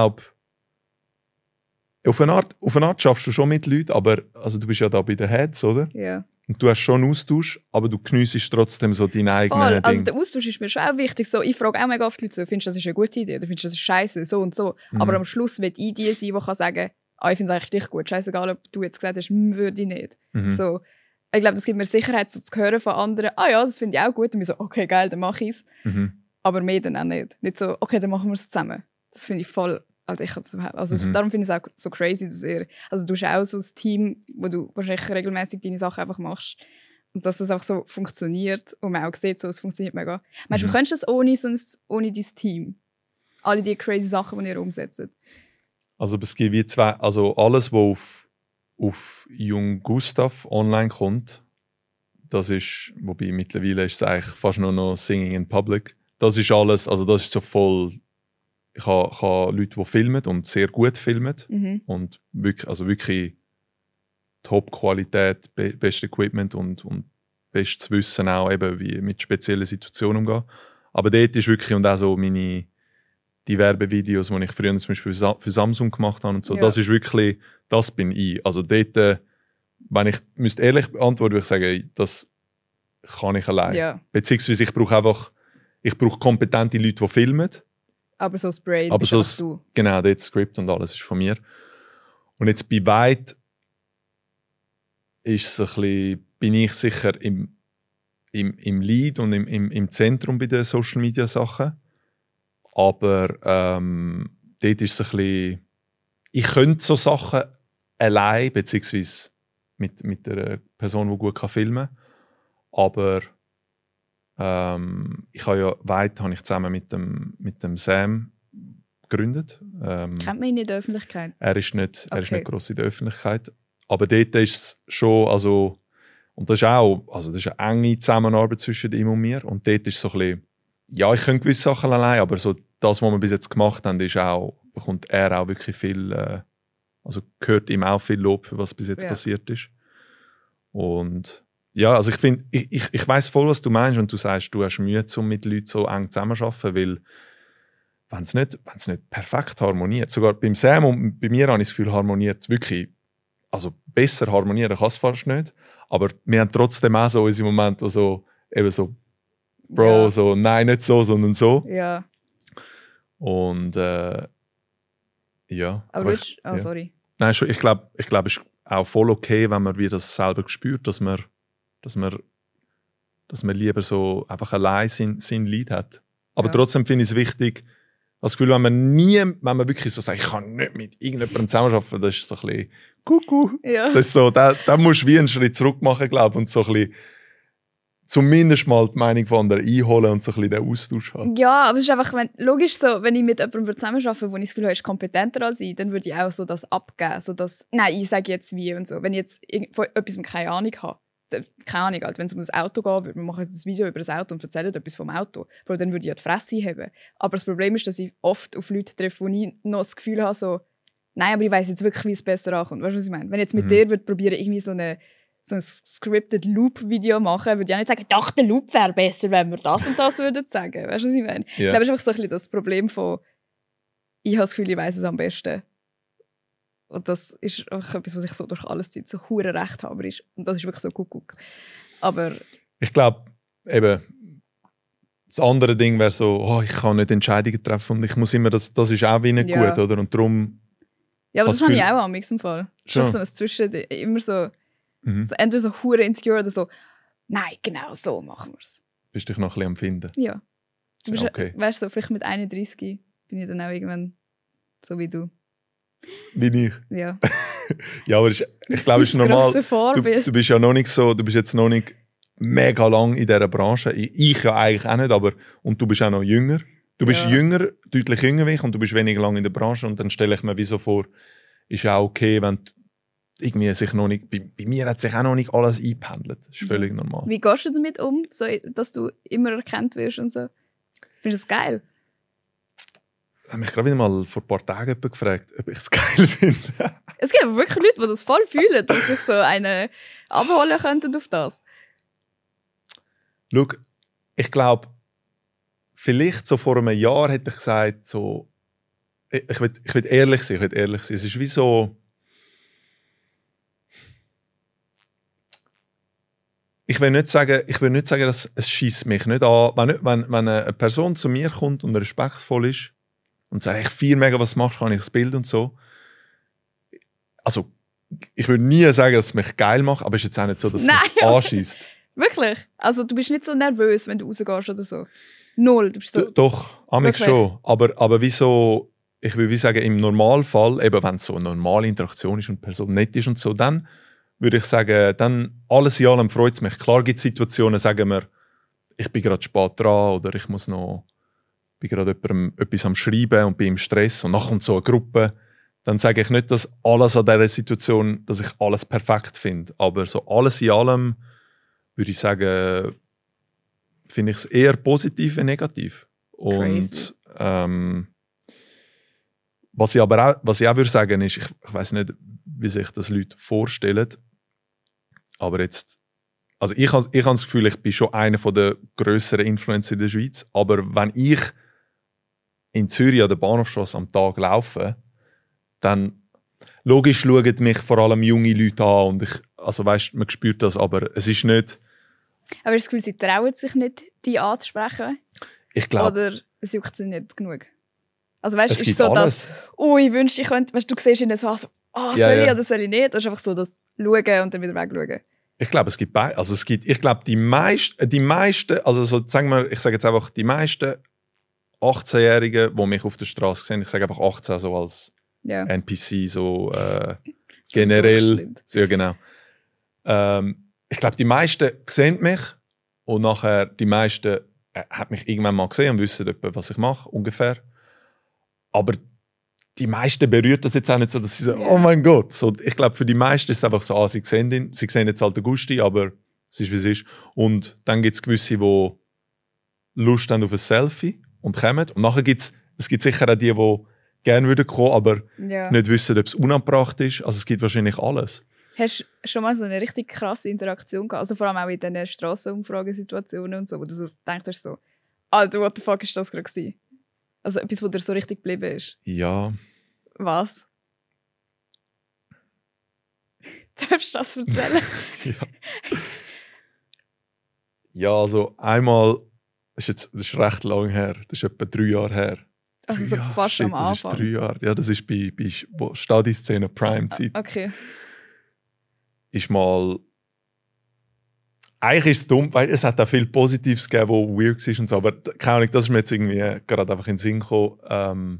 auf eine Art schaffst du schon mit Leuten, aber also du bist ja da bei den Heads, oder? Ja. Und du hast schon einen Austausch, aber du geniessest trotzdem so deine eigenen Voll. Also Dinge. der Austausch ist mir schon auch wichtig. So, ich frage auch mega oft Leute so, findest du, das ist eine gute Idee oder findest du, das ist scheiße, so und so. Aber am Schluss wird ich die sein, die kann sagen, ich finde es eigentlich dich gut, scheißegal, ob du jetzt gesagt hast, würde ich nicht. So, ich glaube, das gibt mir Sicherheit, so zu hören von anderen, ja, das finde ich auch gut. Und ich so, okay, geil, dann mache ich es. Aber mehr dann auch nicht. Nicht so, okay, dann machen wir es zusammen. Das finde ich voll... Also darum finde ich es auch so crazy, dass also du hast auch so ein Team, wo du wahrscheinlich regelmäßig deine Sachen einfach machst und dass das auch so funktioniert und man auch sieht, so, es funktioniert mega. Meinst du, könntest du das ohne dein Team? Alle die crazy Sachen, die ihr umsetzt? Also es gibt wie zwei, also alles, was auf Jung Gustav online kommt, das ist, wobei mittlerweile ist es eigentlich fast nur noch Singing in Public, das ist alles, also das ist so voll. Ich habe Leute, die filmen und sehr gut filmen. Und wirklich Top-Qualität, bestes Equipment und bestes Wissen auch, eben, wie mit speziellen Situationen umgehen. Aber dort ist wirklich, und auch so die Werbevideos, die ich früher zum Beispiel für Samsung gemacht habe und so, das ist wirklich, das bin ich. Also dort, wenn ich müsste ehrlich beantworten, würde ich sagen, das kann ich allein. Ja. Beziehungsweise ich brauche kompetente Leute, die filmen. Aber so das Brain aber bist so auch du. Genau, das Skript und alles ist von mir. Und jetzt bei weit ist es ein bisschen, bin ich sicher im Lead und im Zentrum bei den Social Media Sachen. Aber dort ist es ein bisschen, ich könnte so Sachen allein, beziehungsweise mit einer Person, die gut filmen kann. Aber ich habe ich zusammen mit dem Sam gegründet. Kennt man ihn in der Öffentlichkeit? Er ist nicht gross in der Öffentlichkeit. Aber dort ist es schon, also, und das ist auch, also das ist eine enge Zusammenarbeit zwischen ihm und mir. Und dort ist so ein bisschen, ja, ich könnte gewisse Sachen allein, aber so das, was wir bis jetzt gemacht haben, ist auch, bekommt er auch wirklich viel, also gehört ihm auch viel Lob für was bis jetzt passiert ist. Und ja, also ich finde, ich weiss voll, was du meinst, und du sagst, du hast Mühe, um mit Leuten so eng zusammenzuarbeiten, weil wenn es nicht perfekt harmoniert, sogar beim Sam und bei mir habe ich das Gefühl, harmoniert es wirklich, also besser harmonieren kann es fast nicht, aber wir haben trotzdem auch so unsere Momente, wo so, eben so, Bro, so, nein, nicht so, sondern so. Ja. Und ja. Aber sorry. Nein, ich glaube, es ist auch voll okay, wenn man wie das selber spürt, dass man lieber so einfach allein sein Lied hat. Aber trotzdem finde ich es wichtig, das Gefühl, wenn man wirklich so sagt, ich kann nicht mit irgendjemandem zusammenarbeiten, das ist so ein bisschen Kuckuck. Ja. Das ist so, da musst du wie einen Schritt zurück machen, glaube ich, und so ein bisschen zumindest mal die Meinung von anderen einholen und so ein bisschen den Austausch haben. Ja, aber es ist einfach, logisch so, wenn ich mit jemandem zusammenarbeite, wo ich das Gefühl habe, ist kompetenter als ich, dann würde ich auch so das abgeben. So das, nein, ich sage jetzt wie und so. Wenn ich jetzt von etwas keine Ahnung habe, keine Ahnung, halt, wenn es um das Auto geht, würde man machen ein Video über das Auto und erzählen etwas vom Auto. Bro, dann würde ich ja die Fresse haben. Aber das Problem ist, dass ich oft auf Leute treffe, wo ich noch das Gefühl habe, so, nein, aber ich weiss jetzt wirklich, wie es besser ankommt. Weißt du, was ich meine? Wenn ich jetzt mit dir würde probieren, irgendwie so ein scripted Loop-Video machen, würde ich auch nicht sagen, doch, der Loop wäre besser, wenn wir das und das würden sagen. Weißt du, was ich meine? Ich glaube, es ist einfach so ein bisschen das Problem von, ich habe das Gefühl, ich weiss es am besten. Und das ist auch etwas, was ich so durch alles Zeit so hure Rechthaber ist. Und das ist wirklich so Kuckuck. Aber ich glaube, eben, das andere Ding wäre so, oh, ich kann nicht Entscheidungen treffen und ich muss immer, das ist auch wie nicht gut, oder? Und darum... Ja, aber das habe ich auch am im Fall. Schon. So ein Zwischen, immer so, so entweder so hure insecure oder so, nein, genau so machen wir es. Bist dich noch ein bisschen am Finden? Ja. Du bist, okay. Weißt du, so, vielleicht mit 31 bin ich dann auch irgendwann so wie du. Wie ich? Ja. Ja, aber ich glaube, es ist normal. Du bist ja noch nicht so, du bist jetzt noch nicht mega lang in dieser Branche. Ich ja eigentlich auch nicht, aber und du bist auch noch jünger. Du bist jünger, deutlich jünger wie ich und du bist weniger lang in der Branche und dann stelle ich mir wie so vor, ist auch okay, wenn irgendwie sich noch nicht, bei mir hat sich auch noch nicht alles eingependelt. Das ist völlig normal. Wie gehst du damit um, so, dass du immer erkannt wirst und so? Findest du das geil? Ich habe mich gerade wieder mal vor ein paar Tagen jemand gefragt, ob ich es geil finde. Es gibt aber wirklich Leute, die das voll fühlen, dass sich so einen abholen könnten auf das. Schau, ich glaube, vielleicht so vor einem Jahr hätte ich gesagt, so, ich will ehrlich sein, Es ist wie so... Ich will nicht sagen, dass es schießt mich nicht an. Wenn eine Person zu mir kommt und respektvoll ist und sagt, ich feiere mega, was du machst, kann ich das Bild und so. Also, ich würde nie sagen, dass es mich geil macht, aber es ist jetzt auch nicht so, dass es mich anschießt. Wirklich? Also du bist nicht so nervös, wenn du rausgehst oder so? Null? Du bist so Doch, amigs schon. Aber wieso, ich würde wie sagen, im Normalfall, eben wenn es so eine normale Interaktion ist und die Person nett ist und so, dann würde ich sagen, dann alles in allem freut es mich. Klar gibt es Situationen, sagen wir, ich bin gerade spät dran oder ich muss noch, bin gerade jemandem etwas am Schreiben und bin im Stress und dann kommt so eine Gruppe. Dann sage ich nicht, dass alles an dieser Situation, dass ich alles perfekt finde. Aber so alles in allem würde ich sagen, finde ich es eher positiv als negativ. Und was ich auch würde sagen ist, ich weiß nicht, wie sich das Leute vorstellen, aber jetzt, also ich habe das Gefühl, ich bin schon einer der grösseren Influencer in der Schweiz, aber wenn ich in Zürich an der Bahnhofstrasse am Tag laufe, dann logisch schauen mich vor allem junge Leute an und also weißt, man spürt das, aber es ist nicht... Aber hast du das Gefühl, sie trauen sich nicht, die anzusprechen? Ich glaube... Oder es juckt sie nicht genug? Also weißt, es ist so alles. das, ich wünschte, ich könnte, weißt, du siehst ihnen so, soll ich oder soll ich nicht? Das ist einfach so das Schauen und dann wieder wegschauen. Ich glaube, es gibt beide. Also ich glaube, die meisten, also so, sagen wir, ich sage jetzt einfach, die meisten 18-Jährigen, die mich auf der Straße sehen, ich sage einfach 18 so als NPC, so generell. So, ja, genau. Ich glaube, die meisten sehen mich und nachher die meisten haben mich irgendwann mal gesehen und wissen etwa, was ich mache, ungefähr. Aber die meisten berührt das jetzt auch nicht so, dass sie sagen, oh mein Gott. So, ich glaube, für die meisten ist es einfach so, sie sehen jetzt halt den Gusti, aber es ist, wie es ist. Und dann gibt es gewisse, die Lust haben auf ein Selfie und kommen. Und nachher gibt es sicher auch die gerne würden kommen, aber nicht wissen, ob es unangebracht ist. Also es gibt wahrscheinlich alles. Hast du schon mal so eine richtig krasse Interaktion gehabt? Also vor allem auch in diesen Strassenumfragesituationen und so, wo du so denkst, so, Alter, what the fuck ist das gerade gewesen? Also etwas, wo dir so richtig geblieben ist? Ja. Was? Darfst du das erzählen? Ja, also einmal, das ist recht lang her, das ist etwa 3 Jahre her. Also so fast am Anfang? Das ist 3 Jahre, ja, das ist bei Stadi-Szene Prime-Zeit. Okay. Ist mal... Eigentlich ist es dumm, weil es hat auch viel Positives gegeben, wo weird war und so, aber keine Ahnung, das ist mir jetzt irgendwie gerade einfach in den Sinn gekommen.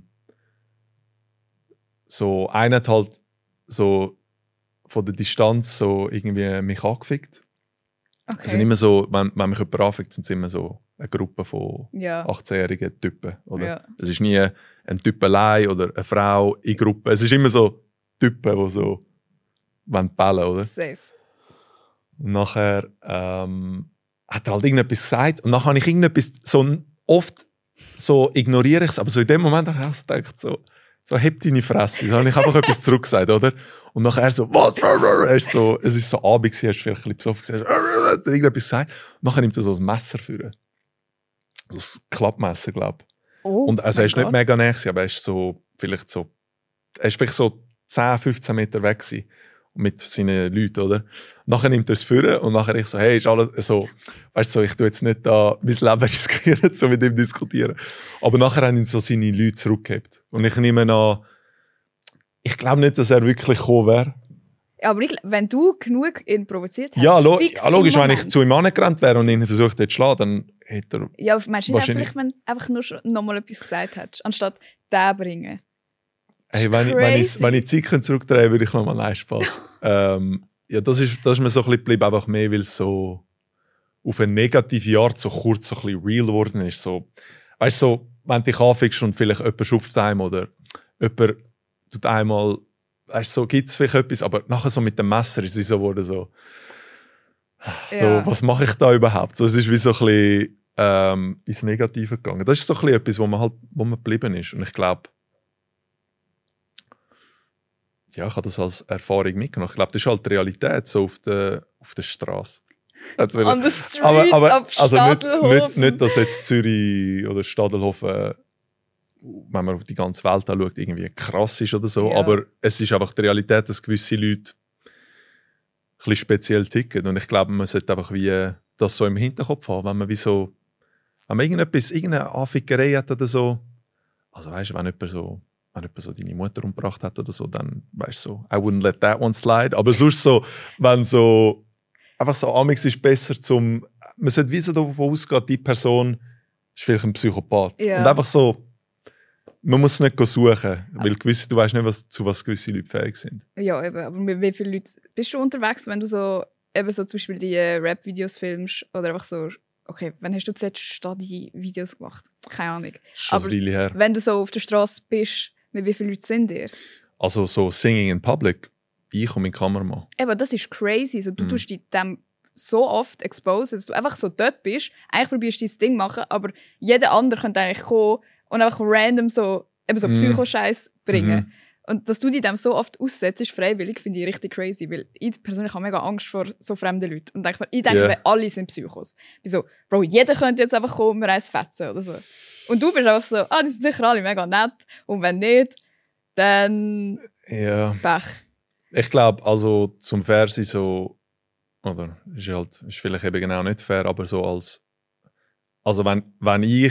So, einer hat halt so von der Distanz so irgendwie mich angefickt. Okay. Es sind immer so, wenn mich jemand anfängt, sind es immer so eine Gruppe von Ja. 18-jährigen Typen. Oder? Ja. Es ist nie ein Typ allein oder eine Frau in Gruppe. Es ist immer so Typen, die so ballen wollen, oder? Safe. Und nachher hat er halt irgendetwas gesagt und nachher habe ich irgendetwas so oft so ignoriere ich es, aber so in dem Moment habe ich auch gedacht, so heb deine Fresse. Da habe ich einfach etwas zurückgesagt, oder? Und nachher so, was? Es ist so Abend gewesen, hast du vielleicht ein bisschen besoffen gesagt, hat er irgendetwas gesagt. Und nachher nimmt er so ein Messer für. So ein Klappmesser, glaube ich. Oh, Und also er ist mein nicht mega nah gewesen, aber er ist vielleicht so 10, 15 Meter weg gewesen. Mit seinen Leuten, oder? Nachher nimmt er es vor und nachher ich so, hey, ist alles so, weißt du, so, ich tue jetzt nicht da mein Leben riskieren, so mit ihm diskutieren. Aber nachher haben ihn so seine Leute zurückgehabt. Und ich nehme an, ich glaube nicht, dass er wirklich gekommen wäre. Aber wenn du genug ihn provoziert hast, Ja, fix im logisch, wenn ich Moment. zu ihm angerannt wäre und ihn versucht hätte zu schlagen, dann hätte er... Ja, meinst du nicht wahrscheinlich- vielleicht, wenn du einfach nur schon nochmal etwas gesagt hättest, anstatt den bringen? Hey, wenn ich die Zeit zurückdrehen würde ich nochmal nein, Spaß. Ja, das ist mir so ein bisschen geblieben, einfach mehr, weil es so auf eine negative Art so kurz so ein bisschen real geworden ist. So, weißt du, so, wenn du dich anfängst und vielleicht jemand schupft einem oder jemand tut einmal, weißt du, so gibt es vielleicht etwas, aber nachher so mit dem Messer ist es wie so geworden, so, Ja. was mache ich da überhaupt? So, es ist wie so ein bisschen ins Negative gegangen. Das ist so ein bisschen etwas, wo man geblieben ist. Und ich glaube, ja, ich habe das als Erfahrung mitgenommen. Ich glaube, das ist halt die Realität so auf der Straße. On the streets of Stadelhofen. nicht, dass jetzt Zürich oder Stadelhofen, wenn man auf die ganze Welt anschaut, irgendwie krass ist oder so. Ja. Aber es ist einfach die Realität, dass gewisse Leute ein bisschen speziell ticken. Und ich glaube, man sollte einfach wie das so im Hinterkopf haben, wenn man irgendeine Anfickerei hat oder so. Also weißt du, wenn jemand so deine Mutter umgebracht hat oder so, dann weißt du so, I wouldn't let that one slide. Aber sonst so, wenn so, einfach so, amix ist besser man sollte wie so davon ausgehen, die Person ist vielleicht ein Psychopath. Ja. Und einfach so, man muss es nicht suchen, weil du weißt nicht, zu was gewisse Leute fähig sind. Ja, eben. Aber mit wie vielen Leuten bist du unterwegs, wenn du so, eben so zum Beispiel die Rap-Videos filmst oder einfach so, okay, wann hast du zuletzt Stadi-Videos gemacht? Keine Ahnung. Schon eine Aber Weile her. wenn du so auf der Straße bist, mit wie vielen Leuten sind ihr? Also so Singing in Public, ich und mein Kameramann. Eben, das ist crazy. So, du tust dich dem so oft exposen, dass du einfach so dort bist, eigentlich probierst du dein Ding machen, aber jeder andere könnte eigentlich kommen und einfach random so Psycho-Scheiß bringen. Und dass du dich dem so oft aussetzt, ist freiwillig, finde ich richtig crazy, weil ich persönlich habe mega Angst vor so fremden Leuten. Und ich denke, alle sind Psychos. Ich bin so, Bro, jeder könnte jetzt einfach kommen und mir eins fetzen oder so. Und du bist einfach so, die sind sicher alle mega nett. Und wenn nicht, dann Ja. Pech. Ich glaube, also zum Fernsehen so, oder ist vielleicht eben genau nicht fair, aber so also wenn ich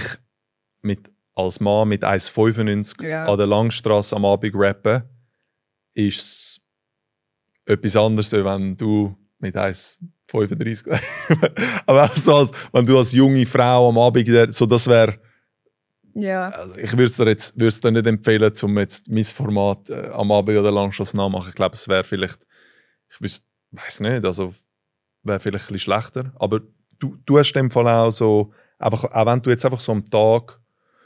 als Mann mit 1,95 an der Langstrasse am Abend rappe, ist es etwas anderes, als wenn du mit 1,35 aber auch so, als wenn du als junge Frau am Abend, so das wäre. Ja. Also ich würde es dir nicht empfehlen, um jetzt mein Format am Abend oder Langstrasse nachmachen. Ich glaube, es wäre vielleicht, weiß nicht, also wäre vielleicht ein bisschen schlechter. Aber du hast in dem Fall auch so, auch wenn du jetzt einfach so am Tag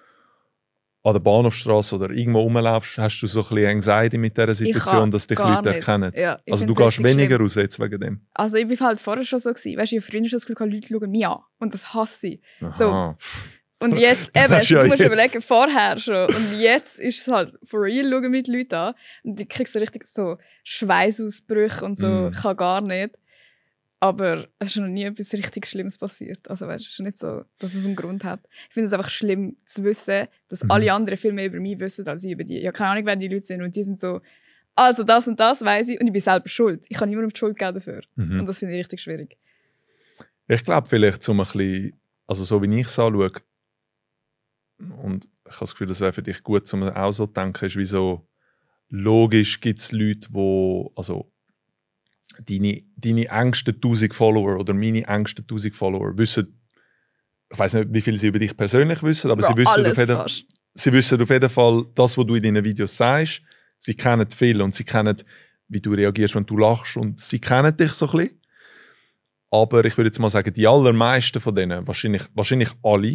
an der Bahnhofstrasse oder irgendwo rumlaufst, hast du so ein bisschen Anxiety mit dieser Situation, dass dich Leute erkennen. Ja, also du gehst weniger raus jetzt wegen dem. Also ich war halt vorher schon so gewesen. Weißt du, ich habe früher schon das Gefühl, Leute schauen mich an. Und das hasse ich. So. Und jetzt, eben, Das ist ja du musst jetzt. überlegen, vorher schon. Und jetzt ist es halt for real, schauen mit Leuten an. Und ich kriege so richtig so Schweißausbrüche und so. Ich kann gar nicht. Aber es ist noch nie etwas richtig Schlimmes passiert. Also weißt, es ist nicht so, dass es einen Grund hat. Ich finde es einfach schlimm zu wissen, dass alle anderen viel mehr über mich wissen, als ich über die. Ich habe keine Ahnung, wer die Leute sind. Und die sind so, also das und das weiss ich. Und ich bin selber schuld. Ich kann niemandem die Schuld geben dafür. Und das finde ich richtig schwierig. Ich glaube vielleicht so ein bisschen, also so wie ich es anschaue, und ich habe das Gefühl, das wäre für dich gut, um auch so zu denken, ist wie so, logisch gibt es Leute, die, also deine engsten 1000 Follower oder meine engsten 1000 Follower wissen, ich weiß nicht, wie viel sie über dich persönlich wissen, aber sie wissen auf jeden Fall das, was du in deinen Videos sagst. Sie kennen viel und sie kennen, wie du reagierst, wenn du lachst, und sie kennen dich so ein bisschen. Aber ich würde jetzt mal sagen, die allermeisten von denen, wahrscheinlich alle,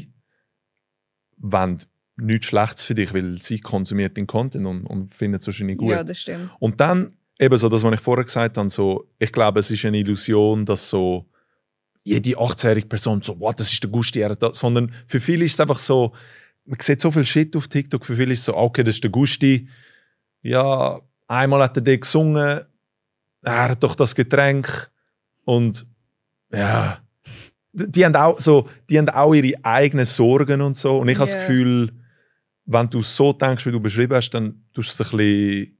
wollen nichts Schlechtes für dich, weil sie konsumiert den Content und finden es wahrscheinlich gut. Ja, das stimmt. Und dann, eben so das, was ich vorher gesagt habe, so, ich glaube, es ist eine Illusion, dass so jede 18-jährige Person so, wow, das ist der Gusti, sondern für viele ist es einfach so, man sieht so viel Shit auf TikTok, für viele ist es so, okay, das ist der Gusti, ja, einmal hat er den gesungen, er hat doch das Getränk und ja, die haben auch ihre eigenen Sorgen und so. Und ich habe das Gefühl, wenn du so denkst, wie du beschrieben hast, dann tust du es ein bisschen.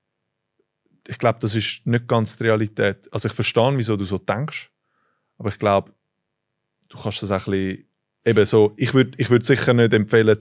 Ich glaube, das ist nicht ganz die Realität. Also ich verstehe, wieso du so denkst, aber ich glaube, du kannst das auch ein bisschen. Eben so, ich würd sicher nicht empfehlen,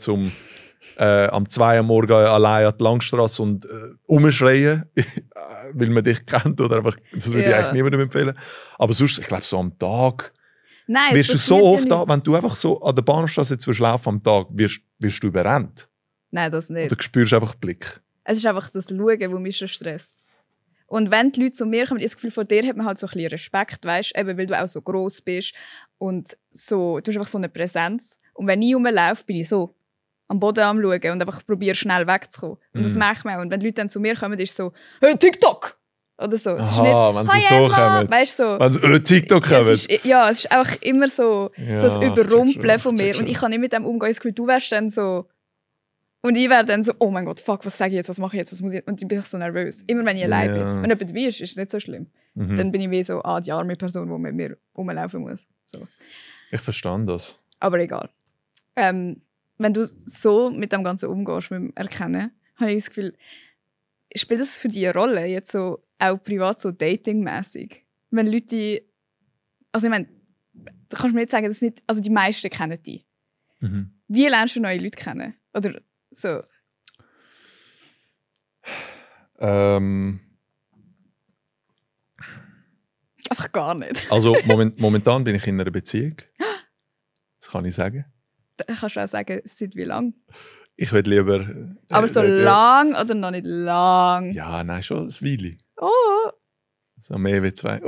am 2 Uhr morgen allein an die Langstrasse und rumschreien, weil man dich kennt oder einfach, das würde ich eigentlich niemandem empfehlen. Aber sonst, ich glaube, so am Tag. Nein, wirst du so oft da, wenn du einfach so an der Bahnstraße jetzt laufen am Tag, wirst du überrennt? Nein, das nicht. Oder spürst du einfach den Blick? Es ist einfach das Schauen, das mich schon stresst. Und wenn die Leute zu mir kommen, das Gefühl, vor dir hat man halt so ein bisschen Respekt, weißt? Eben, weil du auch so gross bist und so, du hast einfach so eine Präsenz. Und wenn ich rumlaufe, bin ich so am Boden am Schauen und einfach probiere schnell wegzukommen. Und das mache ich auch. Und wenn die Leute dann zu mir kommen, ist es so, «Hey, TikTok!» Oder so. Es ist nicht, wenn sie so kommen. Weißt, so. Wenn sie TikTok kommen. Es ist einfach immer so ein Überrumpeln von mir. Und ich kann nicht mit dem umgehen. Das Gefühl, du wärst dann so... Und ich wäre dann so, oh mein Gott, fuck, was sage ich jetzt, was mache ich jetzt, was muss ich jetzt? Und ich bin so nervös. Immer wenn ich allein bin. Wenn jemand wie ist es nicht so schlimm. Dann bin ich wie so, die arme Person, die mit mir rumlaufen muss. So. Ich verstehe das. Aber egal. Wenn du so mit dem Ganzen umgehst, mit dem Erkennen, habe ich das Gefühl, spielt das für dich eine Rolle, jetzt so auch privat, so datingmäßig? Wenn Leute, also ich meine, du kannst mir jetzt sagen, dass nicht, also die meisten kennen dich. Wie lernst du neue Leute kennen? Oder so? Einfach gar nicht. Also momentan bin ich in einer Beziehung. Das kann ich sagen. Dann kannst du auch sagen, seit wie lang? Ich würde lieber... Aber so lang oder noch nicht lang? Ja, nein, schon ein Weile. Oh! So mehr wie 2.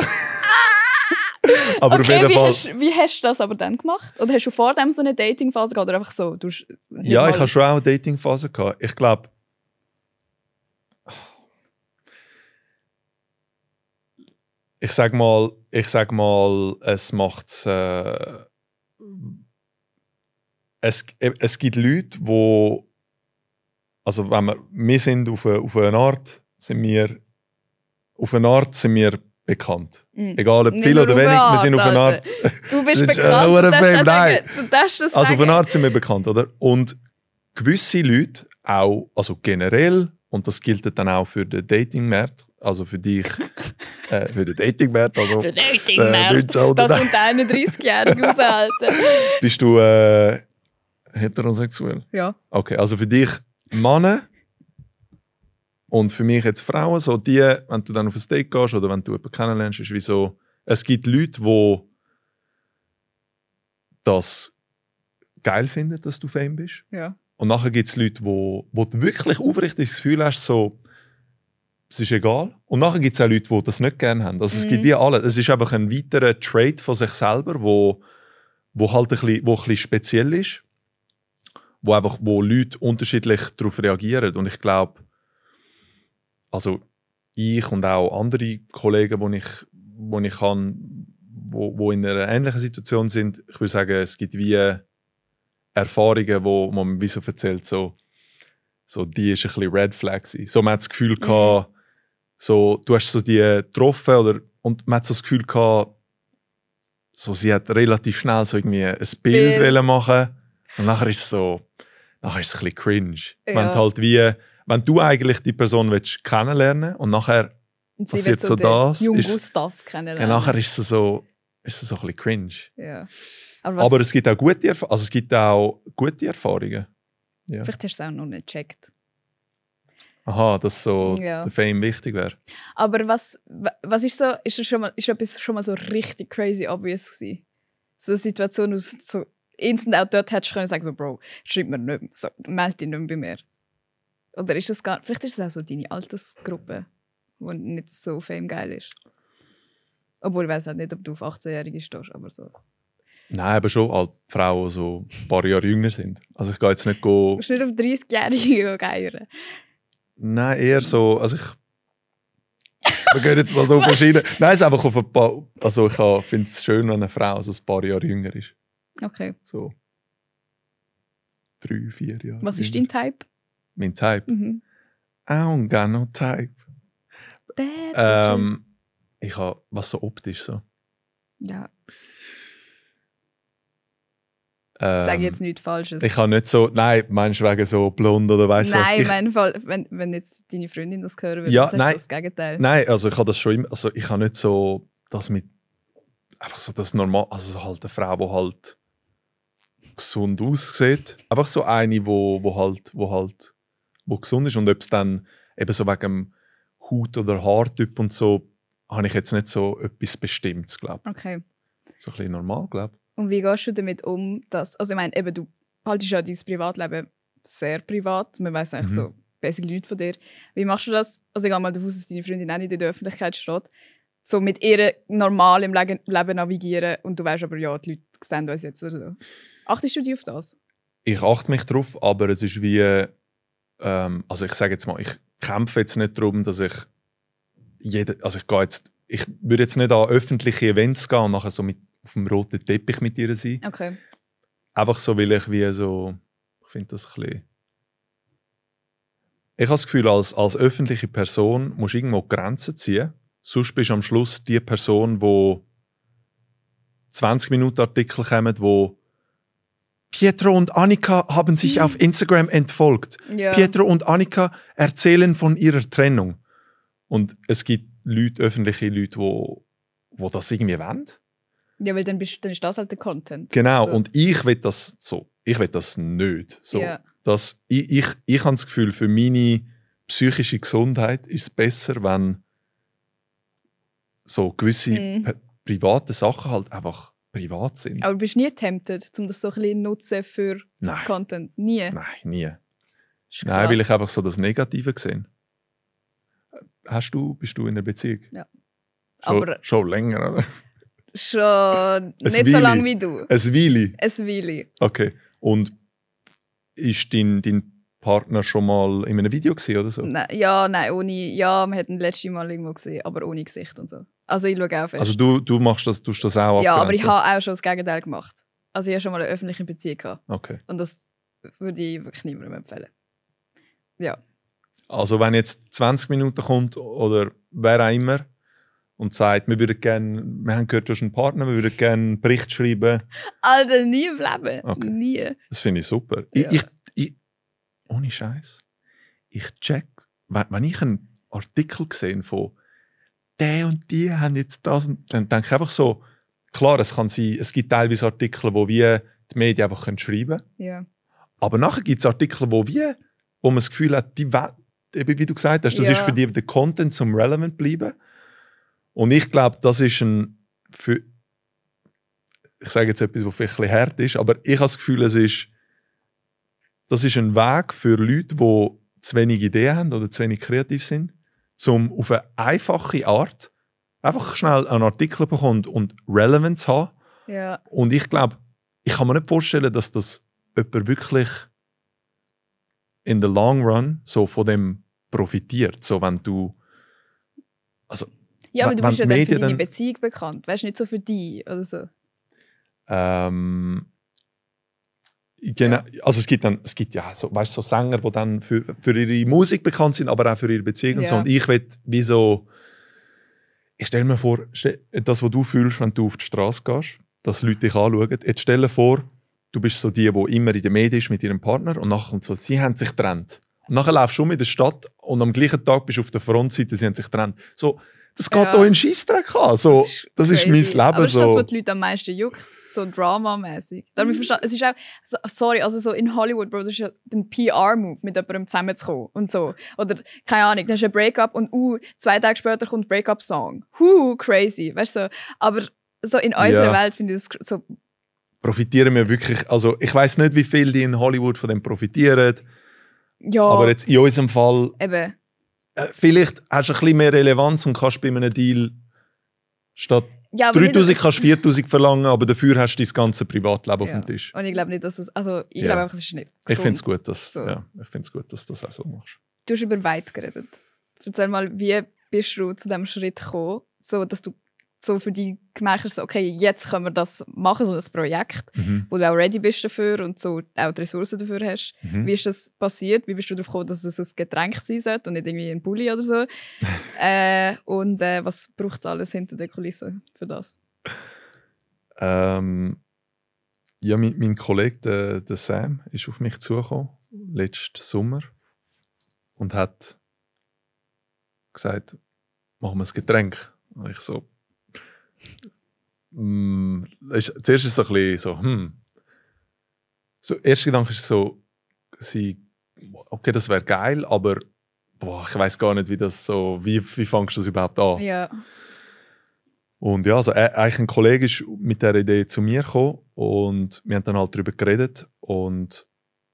Aber okay, auf jeden Fall... wie hast du das aber dann gemacht? Oder hast du vor dem so eine Datingphase gehabt? Oder einfach so? Ja, ich hatte schon auch eine Datingphase gehabt. Ich glaube... Ich sag mal, es macht es gibt Leute, die, also wenn wir sind auf eine Art, sind wir bekannt. Egal ob viel oder wenig, wir sind auf eine Art. Du bist bekannt, du darfst das sagen. Also auf eine Art sind wir bekannt, oder? Und gewisse Leute auch, also generell, und das gilt dann auch für den Datingmarkt, also für dich, für den Datingmarkt, also der Datingmarkt, das und 31-Jährige aushalten. Bist du heterosexuell? Ja. Okay, also für dich Männer und für mich jetzt Frauen, so die, wenn du dann auf ein Date gehst oder wenn du jemanden kennenlernst, ist wie so, es gibt Leute, die das geil finden, dass du Fame bist. Ja. Und nachher gibt es Leute, wo du wirklich aufrichtig das Gefühl hast, so, es ist egal. Und nachher gibt es auch Leute, die das nicht gerne haben. Also es gibt wie alle. Es ist einfach ein weiterer Trait von sich selber, wo halt ein bisschen speziell ist, wo Leute unterschiedlich darauf reagieren. Und ich glaube, also ich und auch andere Kollegen, die ich habe, wo in einer ähnlichen Situation sind, ich würde sagen, es gibt wie Erfahrungen, wo man wie so erzählt, so die ist ein bisschen Red Flag. So, man hat das Gefühl gehabt, so, du hast so die getroffen und man hat so das Gefühl gehabt, so, sie hat relativ schnell so irgendwie ein Bild machen und nachher ist es ein bisschen cringe. Ja. Wenn du eigentlich die Person willst kennenlernen und nachher und passiert so das. Jung Gustav kennenlernen. Ja, nachher ist es so ein bisschen cringe. Ja. Aber es gibt auch gute Erfahrungen. Ja. Vielleicht hast du es auch noch nicht gecheckt. Aha, dass so der Fame wichtig wäre. Aber was ist so, ist etwas schon mal so richtig crazy obvious gewesen? So eine Situation, wo du so instant auch dort hättest können sagen, so, Bro, schreib mir nicht mehr, so, melde dich nicht mehr bei mir. Oder ist das vielleicht ist es auch so deine Altersgruppe, die nicht so Fame geil ist? Obwohl, ich weiss halt nicht, ob du auf 18-Jährige stehst, aber so. Nein, aber schon halt Frauen, die so ein paar Jahre jünger sind. Also ich gehe jetzt nicht go. Du musst nicht auf 30-Jährige geiern. Nein, eher so. Also wir gehen jetzt noch so verschieden. Nein, es ist einfach auf ein paar. Also ich finde es schön, wenn eine Frau so ein paar Jahre jünger ist. Okay. So 3, 4 Jahre. Was ist dein Type? Mein Type? Mhm. I don't got no type. Bad bitches. Ich habe, was so optisch so. Ja, sage jetzt nichts Falsches. Ich habe nicht so, nein, meinst du wegen so blond oder weiss was? Nein, in meinem Fall, wenn jetzt deine Freundin das hören würde, Ja, das ist nein. so das Gegenteil. Nein, also ich habe das schon immer, also ich habe nicht so das mit, einfach so das normal, also so halt eine Frau, die halt gesund aussieht. Einfach so eine, wo gesund ist und ob es dann eben so wegen dem Haut- oder Haartyp und so, habe ich jetzt nicht so etwas Bestimmtes, glaube ich. Okay. So ein bisschen normal, glaube ich. Und wie gehst du damit um, dass, also ich meine, eben, du haltest ja dein Privatleben sehr privat, man weiss eigentlich so basically nichts von dir. Wie machst du das? Also ich gehe mal davon aus, dass deine Freundin auch nicht in der Öffentlichkeit steht. So mit ihr normal im Leben navigieren und du weißt aber, ja, die Leute sehen uns jetzt oder so. Achtest du dich auf das? Ich achte mich drauf, aber es ist wie, also ich sage jetzt mal, ich kämpfe jetzt nicht darum, dass ich ich würde jetzt nicht an öffentliche Events gehen und nachher so auf dem roten Teppich mit ihr sein. Okay. Einfach so, weil ich wie so, ich finde das ein bisschen. Ich habe das Gefühl, als öffentliche Person musst du irgendwo Grenzen ziehen. Sonst bist du am Schluss die Person, wo 20-Minuten-Artikel kommen, wo Pietro und Annika haben sich auf Instagram entfolgt. Ja. Pietro und Annika erzählen von ihrer Trennung. Und es gibt Leute, öffentliche Leute, die das irgendwie wollen. Ja, weil dann ist das halt der Content. Genau, So. und ich will das so. Ich will das nicht. So. Ja. Ich habe das Gefühl, für meine psychische Gesundheit ist es besser, wenn so gewisse private Sachen halt einfach privat sind. Aber bist du nie tempted, um das so ein bisschen nutzen für Nein. Content? Nie? Nein, nie. Ist Nein, krass. weil ich einfach so das Negative gesehen. Bist du in einer Beziehung? Ja. Schon, Aber- schon länger, oder? Schon nicht so Weile. lange wie du. Ein Weile. Ein Weile. Okay. Und ist dein Partner schon mal in einem Video gesehen oder so? Nein, ohne. Ja, wir hätten das letzte Mal irgendwo gesehen, aber ohne Gesicht und so. Also ich schaue auch fest. Also du machst das, tust das auch ja, aber ich abgrenzen? habe auch schon das Gegenteil gemacht. Also ich habe schon mal eine öffentliche Beziehung gehabt. Okay. Und das würde ich wirklich niemandem empfehlen. Ja. Also wenn jetzt 20 Minuten kommt oder wer auch immer und sagt, wir haben gehört, du hast einen Partner, wir würden gerne einen Bericht schreiben. Alter, nie im Leben. Okay. Nie. Das finde ich super. Ja. Ich ohne Scheiß. Ich check, wenn ich einen Artikel sehe von der und die haben jetzt das und dann denke ich einfach so, klar, es kann sein, es gibt teilweise Artikel, wo wir die Medien einfach schreiben können. Ja. Aber nachher gibt es Artikel, wo man das Gefühl hat, eben wie du gesagt hast, das Ja. ist für die der Content zum relevant bleiben. Und ich glaube, das ist ich sage jetzt etwas, was vielleicht ein bisschen hart ist, aber ich habe das Gefühl, das ist ein Weg für Leute, die zu wenig Ideen haben oder zu wenig kreativ sind, um auf eine einfache Art einfach schnell einen Artikel bekommen und Relevance haben. Ja. Und ich glaube, ich kann mir nicht vorstellen, dass das jemand wirklich in the long run so von dem profitiert. So, wenn du. Also, Ja, aber du wenn bist ja die dann für Medien deine dann- Beziehung bekannt. Weißt du, nicht so für die oder so. Genau, also es gibt ja so, weißt, so Sänger, die dann für ihre Musik bekannt sind, aber auch für ihre Beziehung und so. Ja. Und ich will wie so. Ich stelle mir vor, das, was du fühlst, wenn du auf die Straße gehst, dass Leute dich anschauen. Jetzt stell dir vor, du bist so die immer in den Medien ist mit ihrem Partner und nachher kommt so, sie haben sich getrennt. Und nachher laufst du in der Stadt und am gleichen Tag bist du auf der Frontseite, sie haben sich getrennt. So, das geht Ja. hier in Scheissdreck an. So, das ist mein crazy. Leben. Aber das ist so. das, was die Leute am meisten juckt. So dramamäßig. Darum ich verstehe, es ist auch, sorry, also so in Hollywood, Bro, das ist ja ein PR-Move, mit jemandem zusammenzukommen und so. Oder, keine Ahnung, dann ist ein Breakup und 2 Tage später kommt ein Breakup-Song. Crazy, weißt du? So. Aber so in unserer Ja. Welt finde ich das so, Profitieren wir wirklich, also ich weiß nicht, wie viel die in Hollywood von dem profitieren, ja, aber jetzt in unserem Fall, eben, vielleicht hast du ein bisschen mehr Relevanz und kannst bei einem Deal Statt Ja, aber 3000 nicht, kannst du 4000 verlangen, aber dafür hast du dein ganze Privatleben auf ja. dem Tisch. Und ich glaube nicht, dass es... Also, ich Ja. glaube einfach, es ist nicht gesund. Ich finde es gut, dass, So. ja, ich find's gut, dass du das auch so machst. Du hast über Weit geredet. Erzähl mal, wie bist du zu diesem Schritt gekommen, so dass du so für dich gemerkt hast, so, okay, jetzt können wir das machen, so ein Projekt, wo du auch ready bist dafür und so auch die Ressourcen dafür hast. Wie ist das passiert? Wie bist du darauf gekommen, dass es ein Getränk sein sollte und nicht irgendwie ein Bulli oder so? Und was braucht es alles hinter der Kulisse für das? Ja, mein Kollege, der Sam, ist auf mich zugekommen, letzten Sommer, und hat gesagt, machen wir ein Getränk. Und ich so, zuerst ist es so ein bisschen so, der erste Gedanke ist so, okay, das wäre geil, aber ich weiß gar nicht, wie fängst du das überhaupt an? Ja. Und ja, also eigentlich ein Kollege ist mit dieser Idee zu mir gekommen und wir haben dann halt darüber geredet und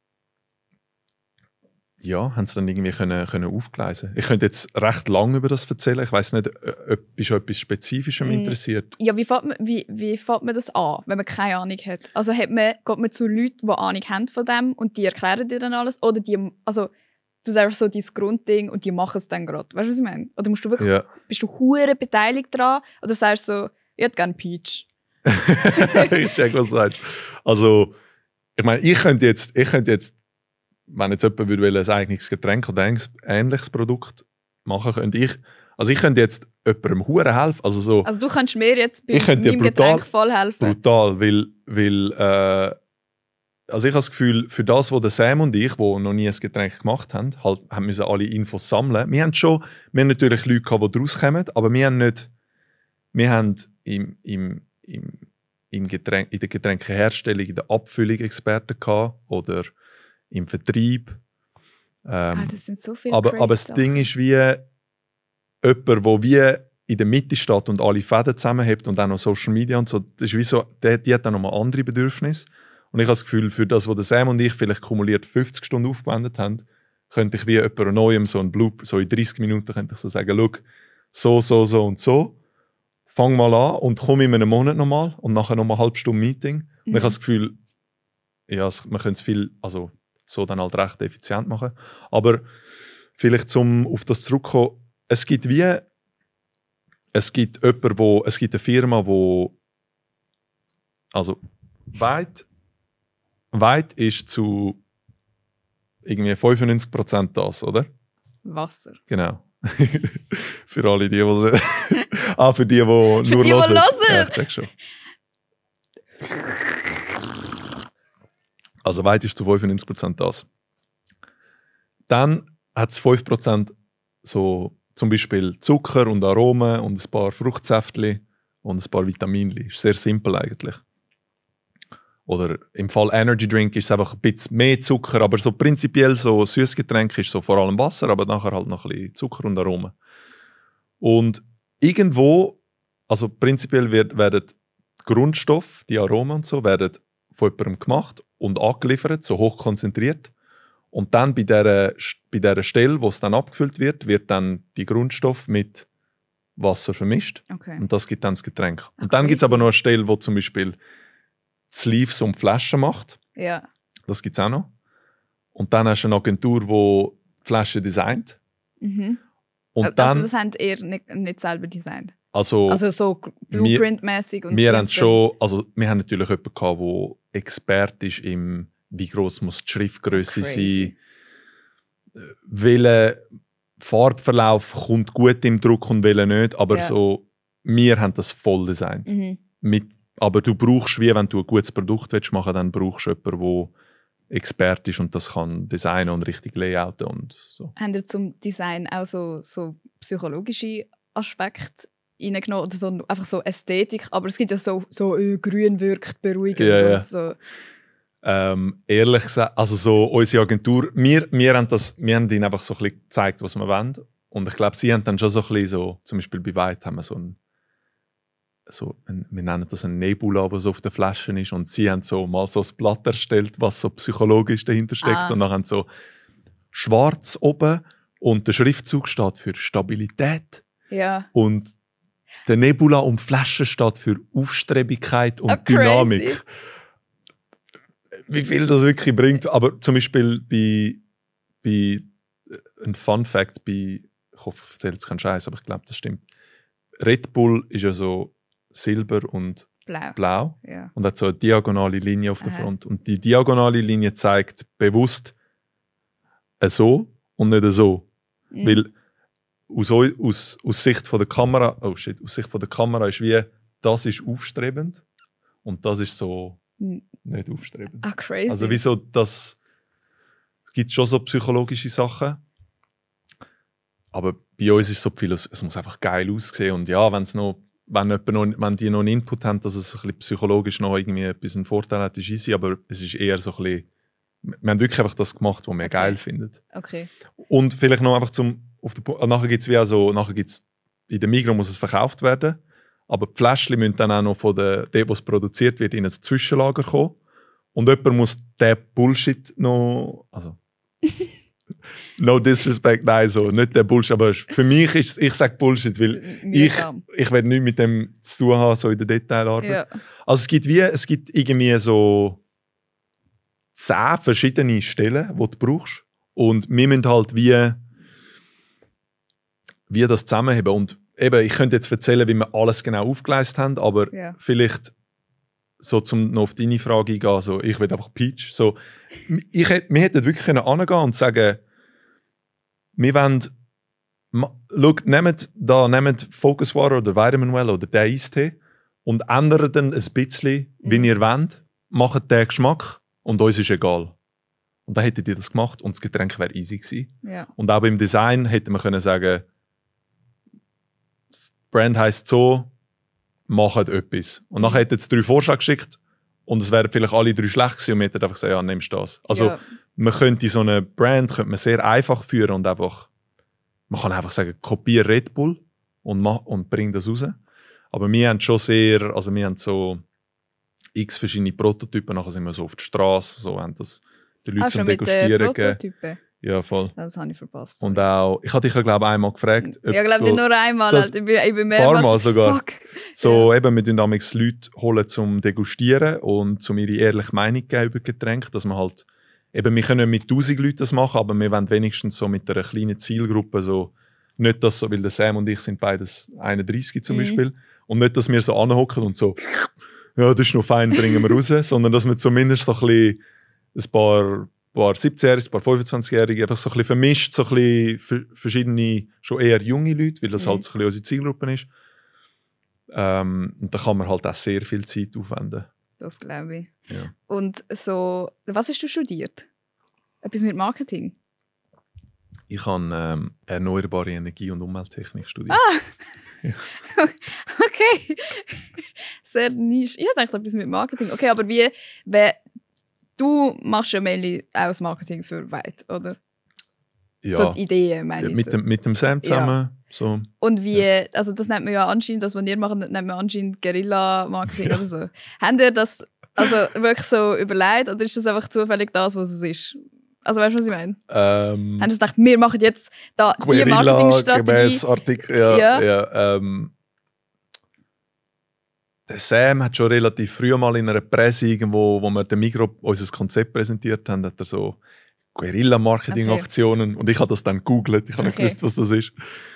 ja, haben es dann irgendwie können aufgleisen. Ich könnte jetzt recht lange über das erzählen. Ich weiss nicht, ob dich etwas Spezifischem interessiert. Ja, wie fängt man das an, wenn man keine Ahnung hat? Also geht man zu Leuten, die Ahnung haben von dem und die erklären dir dann alles? Oder du sagst so dein Grundding und die machen es dann gerade. Weißt du, was ich meine? Oder bist du hure beteiligt daran? Oder sagst du so, ich hätte gerne Peach? Ich check, was du sagst. Also, ich meine, ich könnte jetzt, wenn jetzt jemand will, ein eigenes Getränk oder ein ähnliches Produkt machen, könnte ich könnte jetzt jemandem hure helfen. Also du könntest mir jetzt bei meinem brutal, Getränk voll helfen. Brutal, weil also ich habe das Gefühl, für das, was der Sam und ich, die noch nie ein Getränk gemacht haben, haben müssen alle Infos sammeln. Wir haben natürlich Leute gehabt, die daraus kommen, aber wir haben in der Getränkeherstellung, in der Abfüllung Experten gehabt oder im Vertrieb. Das sind so viele aber das Ding ist wie jemand, der wie in der Mitte steht und alle Fäden zusammenhält und auch noch Social Media und so. Das ist wie so, die hat dann nochmal andere Bedürfnisse. Und ich habe das Gefühl, für das, was der Sam und ich vielleicht kumuliert 50 Stunden aufgewendet haben, könnte ich wie jemandem Neuem so ein Blooper, so in 30 Minuten könnte ich so sagen, schau, so und so. Fang mal an und komm in einem Monat nochmal und nachher nochmal eine halbe Stunde Meeting. Und ich habe das Gefühl, ja, man könnte es viel, also so dann halt recht effizient machen. Aber vielleicht auf das zurückkommen, es gibt eine Firma, also Weit ist zu irgendwie 95% das, oder? Wasser. Genau. Für alle die nur hören. Ja, ich check schon. Also Weit ist zu 95% das. Dann hat es 5% so zum Beispiel Zucker und Aromen und ein paar Fruchtsäftchen und ein paar Vitaminchen. Ist sehr simpel eigentlich. Oder im Fall Energy Drink ist es einfach ein bisschen mehr Zucker, aber so prinzipiell so Süßgetränk ist so vor allem Wasser, aber nachher halt noch ein bisschen Zucker und Aromen. Und irgendwo, also prinzipiell werden die Grundstoffe, die Aromen und so, werden von jemandem gemacht und angeliefert, so hoch konzentriert. Und dann bei dieser Stelle, wo es dann abgefüllt wird dann die Grundstoffe mit Wasser vermischt. Okay. Und das gibt dann das Getränk. Und dann gibt es aber noch eine Stelle, wo zum Beispiel die Sleeves und die Flaschen macht. Ja. Das gibt es auch noch. Und dann hast du eine Agentur, die die Flaschen designt. Mhm. Und dann, also das habt ihr nicht selber designt? Also so Blueprint-mäßig? Wir haben natürlich jemanden gehabt, der Experte ist im, wie gross muss die Schriftgröße sein. Welcher Farbverlauf kommt gut im Druck und welcher nicht. Aber wir haben das voll designt. Mhm. Aber du brauchst, wie wenn du ein gutes Produkt machen willst, dann brauchst du jemanden, der Experte ist und das kann designen und richtig layouten und so. Habt ihr zum Design auch so psychologische Aspekte reingenommen oder so, einfach so Ästhetik? Aber es gibt ja so grün wirkt beruhigend und so. Ehrlich gesagt, also so unsere Agentur, wir haben ihnen einfach so ein bisschen gezeigt, was wir wollen. Und ich glaube, sie haben dann schon so ein bisschen so, zum Beispiel bei Weit haben wir wir nennen das ein Nebula, was so auf der Flasche ist. Und sie haben so mal so ein Blatt erstellt, was so psychologisch dahinter steckt. Und dann haben so schwarz oben und der Schriftzug steht für Stabilität. Ja. Und Der Nebula um Flasche steht für Aufstrebigkeit und Dynamik. Wie viel das wirklich bringt. Aber zum Beispiel bei ein Fun Fact, ich hoffe, ich erzähle jetzt keinen Scheiß, aber ich glaube, das stimmt. Red Bull ist ja so silber und blau. Ja. Und hat so eine diagonale Linie auf der Front. Und die diagonale Linie zeigt bewusst so und nicht so. Weil aus Sicht von der Kamera, aus Sicht von der Kamera ist wie, das ist aufstrebend und das ist so nicht aufstrebend. Ah, crazy. Also wieso das, es gibt schon so psychologische Sachen, aber bei uns ist so viel, es muss einfach geil aussehen und ja, wenn die noch einen Input haben, dass es ein bisschen psychologisch noch irgendwie etwas einen Vorteil hat, ist easy, aber es ist eher so ein bisschen, wir haben wirklich einfach das gemacht, was wir geil finden. Okay. Und vielleicht noch einfach nachher gibt es in der Migros muss es verkauft werden, aber die Fläschchen müssen dann auch noch von der, wo es produziert wird, in ein Zwischenlager kommen und jemand muss den Bullshit noch, also no disrespect, nein, so, nicht der Bullshit, aber für mich ist ich sage Bullshit, weil ich werde nichts mit dem zu tun haben, so in der Detailarbeit. Ja. Also es gibt irgendwie so 10 verschiedene Stellen, die du brauchst und wir müssen halt wie das zusammenheben und eben, ich könnte jetzt erzählen, wie wir alles genau aufgeleistet haben, aber vielleicht so zum noch auf deine Frage eingehen, so, ich will einfach Peach. So, wir hätten wirklich hingehen und sagen, wir wollen, nehmt Focus Water oder Vitamin Well oder den Eistee und ändert dann ein bisschen, wie ihr wollt, macht den Geschmack und uns ist egal. Und dann hättet ihr das gemacht und das Getränk wäre easy gewesen. Ja. Und auch beim Design hätte man können sagen, das Brand heisst so, macht etwas. Und nachher hätten sie 3 Vorschläge geschickt und es wären vielleicht alle 3 schlecht gewesen und wir hätten einfach gesagt, ja, nimmst das. Also man könnte so eine Brand sehr einfach führen und einfach, man kann einfach sagen, kopiere Red Bull und bring das raus. Aber wir haben schon wir haben so x verschiedene Prototypen, nachher sind wir so auf der Straße, so haben das die Leute zum Degustieren gegeben. Ja, voll. Das habe ich verpasst. Und auch, ich hatte dich, glaube ich, einmal gefragt. Ich glaube nicht nur einmal, ich bin mehrmals. Paar Mal sogar. Fuck. So, eben, wir holen Leute holen zum Degustieren und zum ihre ehrliche Meinung geben über Getränke, dass man halt, eben, wir können mit 1000 Leuten das machen, aber wir wollen wenigstens so mit einer kleinen Zielgruppe so, nicht das so, weil der Sam und ich sind beides 31 zum Beispiel, und nicht, dass wir so anhocken und so, ja, das ist noch fein, bringen wir raus, sondern dass wir zumindest so ein paar 17-Jährige, ein paar 25-Jährige, einfach so ein bisschen vermischt, so ein bisschen verschiedene, schon eher junge Leute, weil das halt so ein bisschen unsere Zielgruppe ist. Und da kann man halt auch sehr viel Zeit aufwenden. Das glaube ich. Ja. Und so, was hast du studiert? Etwas mit Marketing? Ich habe erneuerbare Energie und Umwelttechnik studiert. Ja. Okay. Sehr niche. Ich dachte etwas mit Marketing. Okay, aber du machst ja mainly auch das Marketing für Weit, oder? Ja. So die Ideen, meine ich. Mit dem Sam zusammen. Ja. So. Und also das nennt man ja anscheinend, das, was ihr macht, nennt man anscheinend Guerilla-Marketing oder so. Habt ihr das also wirklich so überlegt oder ist das einfach zufällig das, was es ist? Also weißt du, was ich meine? Haben Sie gedacht, wir machen jetzt da die Marketingstrategie? Artikel, ja. Der Sam hat schon relativ früh mal in einer Presse irgendwo, wo wir dem Migros unser Konzept präsentiert haben, hat er so Guerilla-Marketing-Aktionen und ich habe das dann gegoogelt, ich habe nicht gewusst, was das ist.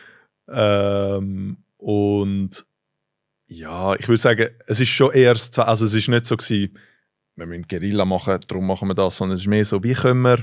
Und ja, ich würde sagen, es ist schon erst, also es ist nicht so gewesen, wir müssen Guerilla machen, darum machen wir das, sondern es ist mehr so, wie können wir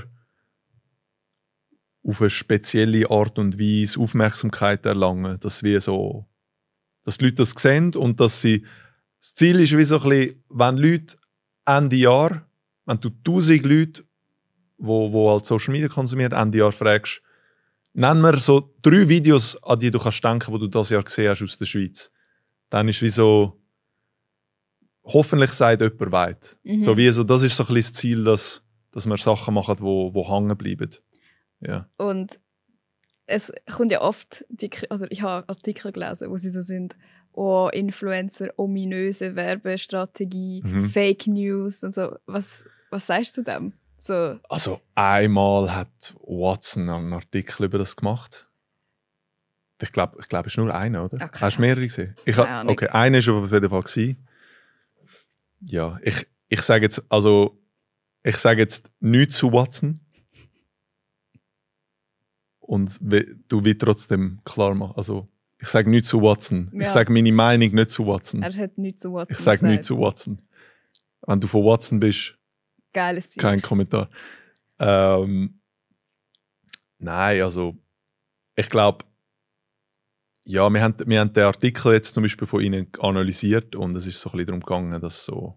auf eine spezielle Art und Weise Aufmerksamkeit erlangen, dass die Leute das sehen und dass sie, das Ziel ist wie so ein bisschen, wenn Leute Ende Jahr, wenn du 1000 Leute, die halt Social Media konsumieren, Ende Jahr fragst, nenn mir so 3 Videos, an die du kannst denken, die du dieses Jahr gesehen hast aus der Schweiz. Dann ist wie so, hoffentlich sagt jemand weit. So wie so, das ist so ein bisschen das Ziel, dass wir Sachen machen, die hängen bleiben. Ja. Und es kommt ja oft, also ich habe Artikel gelesen, wo sie so sind, oh, Influencer, ominöse Werbestrategie, Fake News und so. Was sagst du zu dem? So. Also einmal hat Watson einen Artikel über das gemacht. Ich glaube, es ist nur einer, oder? Okay. Hast du mehrere gesehen? Keine Einer war auf jeden Fall gewesen. Ja, ich sage jetzt nichts zu Watson. Und du willst trotzdem klar machen. Also, ich sage nichts zu Watson. Ja. Ich sage meine Meinung nicht zu Watson. Er hat nichts zu Watson Ich sage gesagt. nichts zu Watson. Wenn du von Watson bist, Geiles Ziel. kein Kommentar. Nein, also ich glaube, ja, wir haben den Artikel jetzt zum Beispiel von ihnen analysiert und es ist so ein bisschen darum gegangen, dass so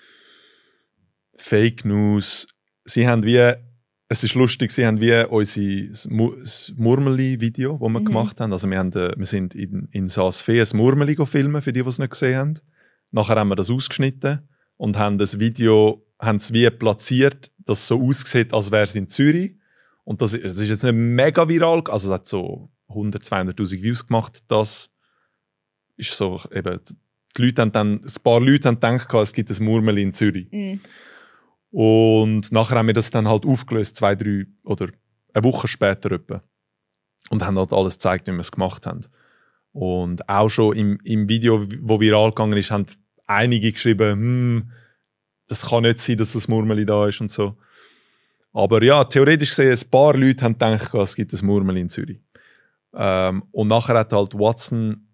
Fake News, es ist lustig, sie haben wie unser Murmeli-Video, das wir gemacht haben. Also wir sind in Saas-Fee ein Murmeli filmen, für die es nicht gesehen haben. Nachher haben wir das ausgeschnitten und haben das Video wie platziert, dass es so aussieht, als wäre es in Zürich. Und es ist jetzt nicht mega viral, also es hat so 100'000, 200'000 Views gemacht. Das ist so, eben, ein paar Leute haben gedacht, es gibt ein Murmeli in Zürich. Mhm. Und nachher haben wir das dann halt aufgelöst, 2, 3 oder eine Woche später etwa. Und haben halt alles gezeigt, wie wir es gemacht haben. Und auch schon im Video, wo viral gegangen ist, haben einige geschrieben, das kann nicht sein, dass das Murmeli da ist und so. Aber ja, theoretisch gesehen, ein paar Leute haben gedacht, es gibt ein Murmeli in Zürich. Und nachher hat halt Watson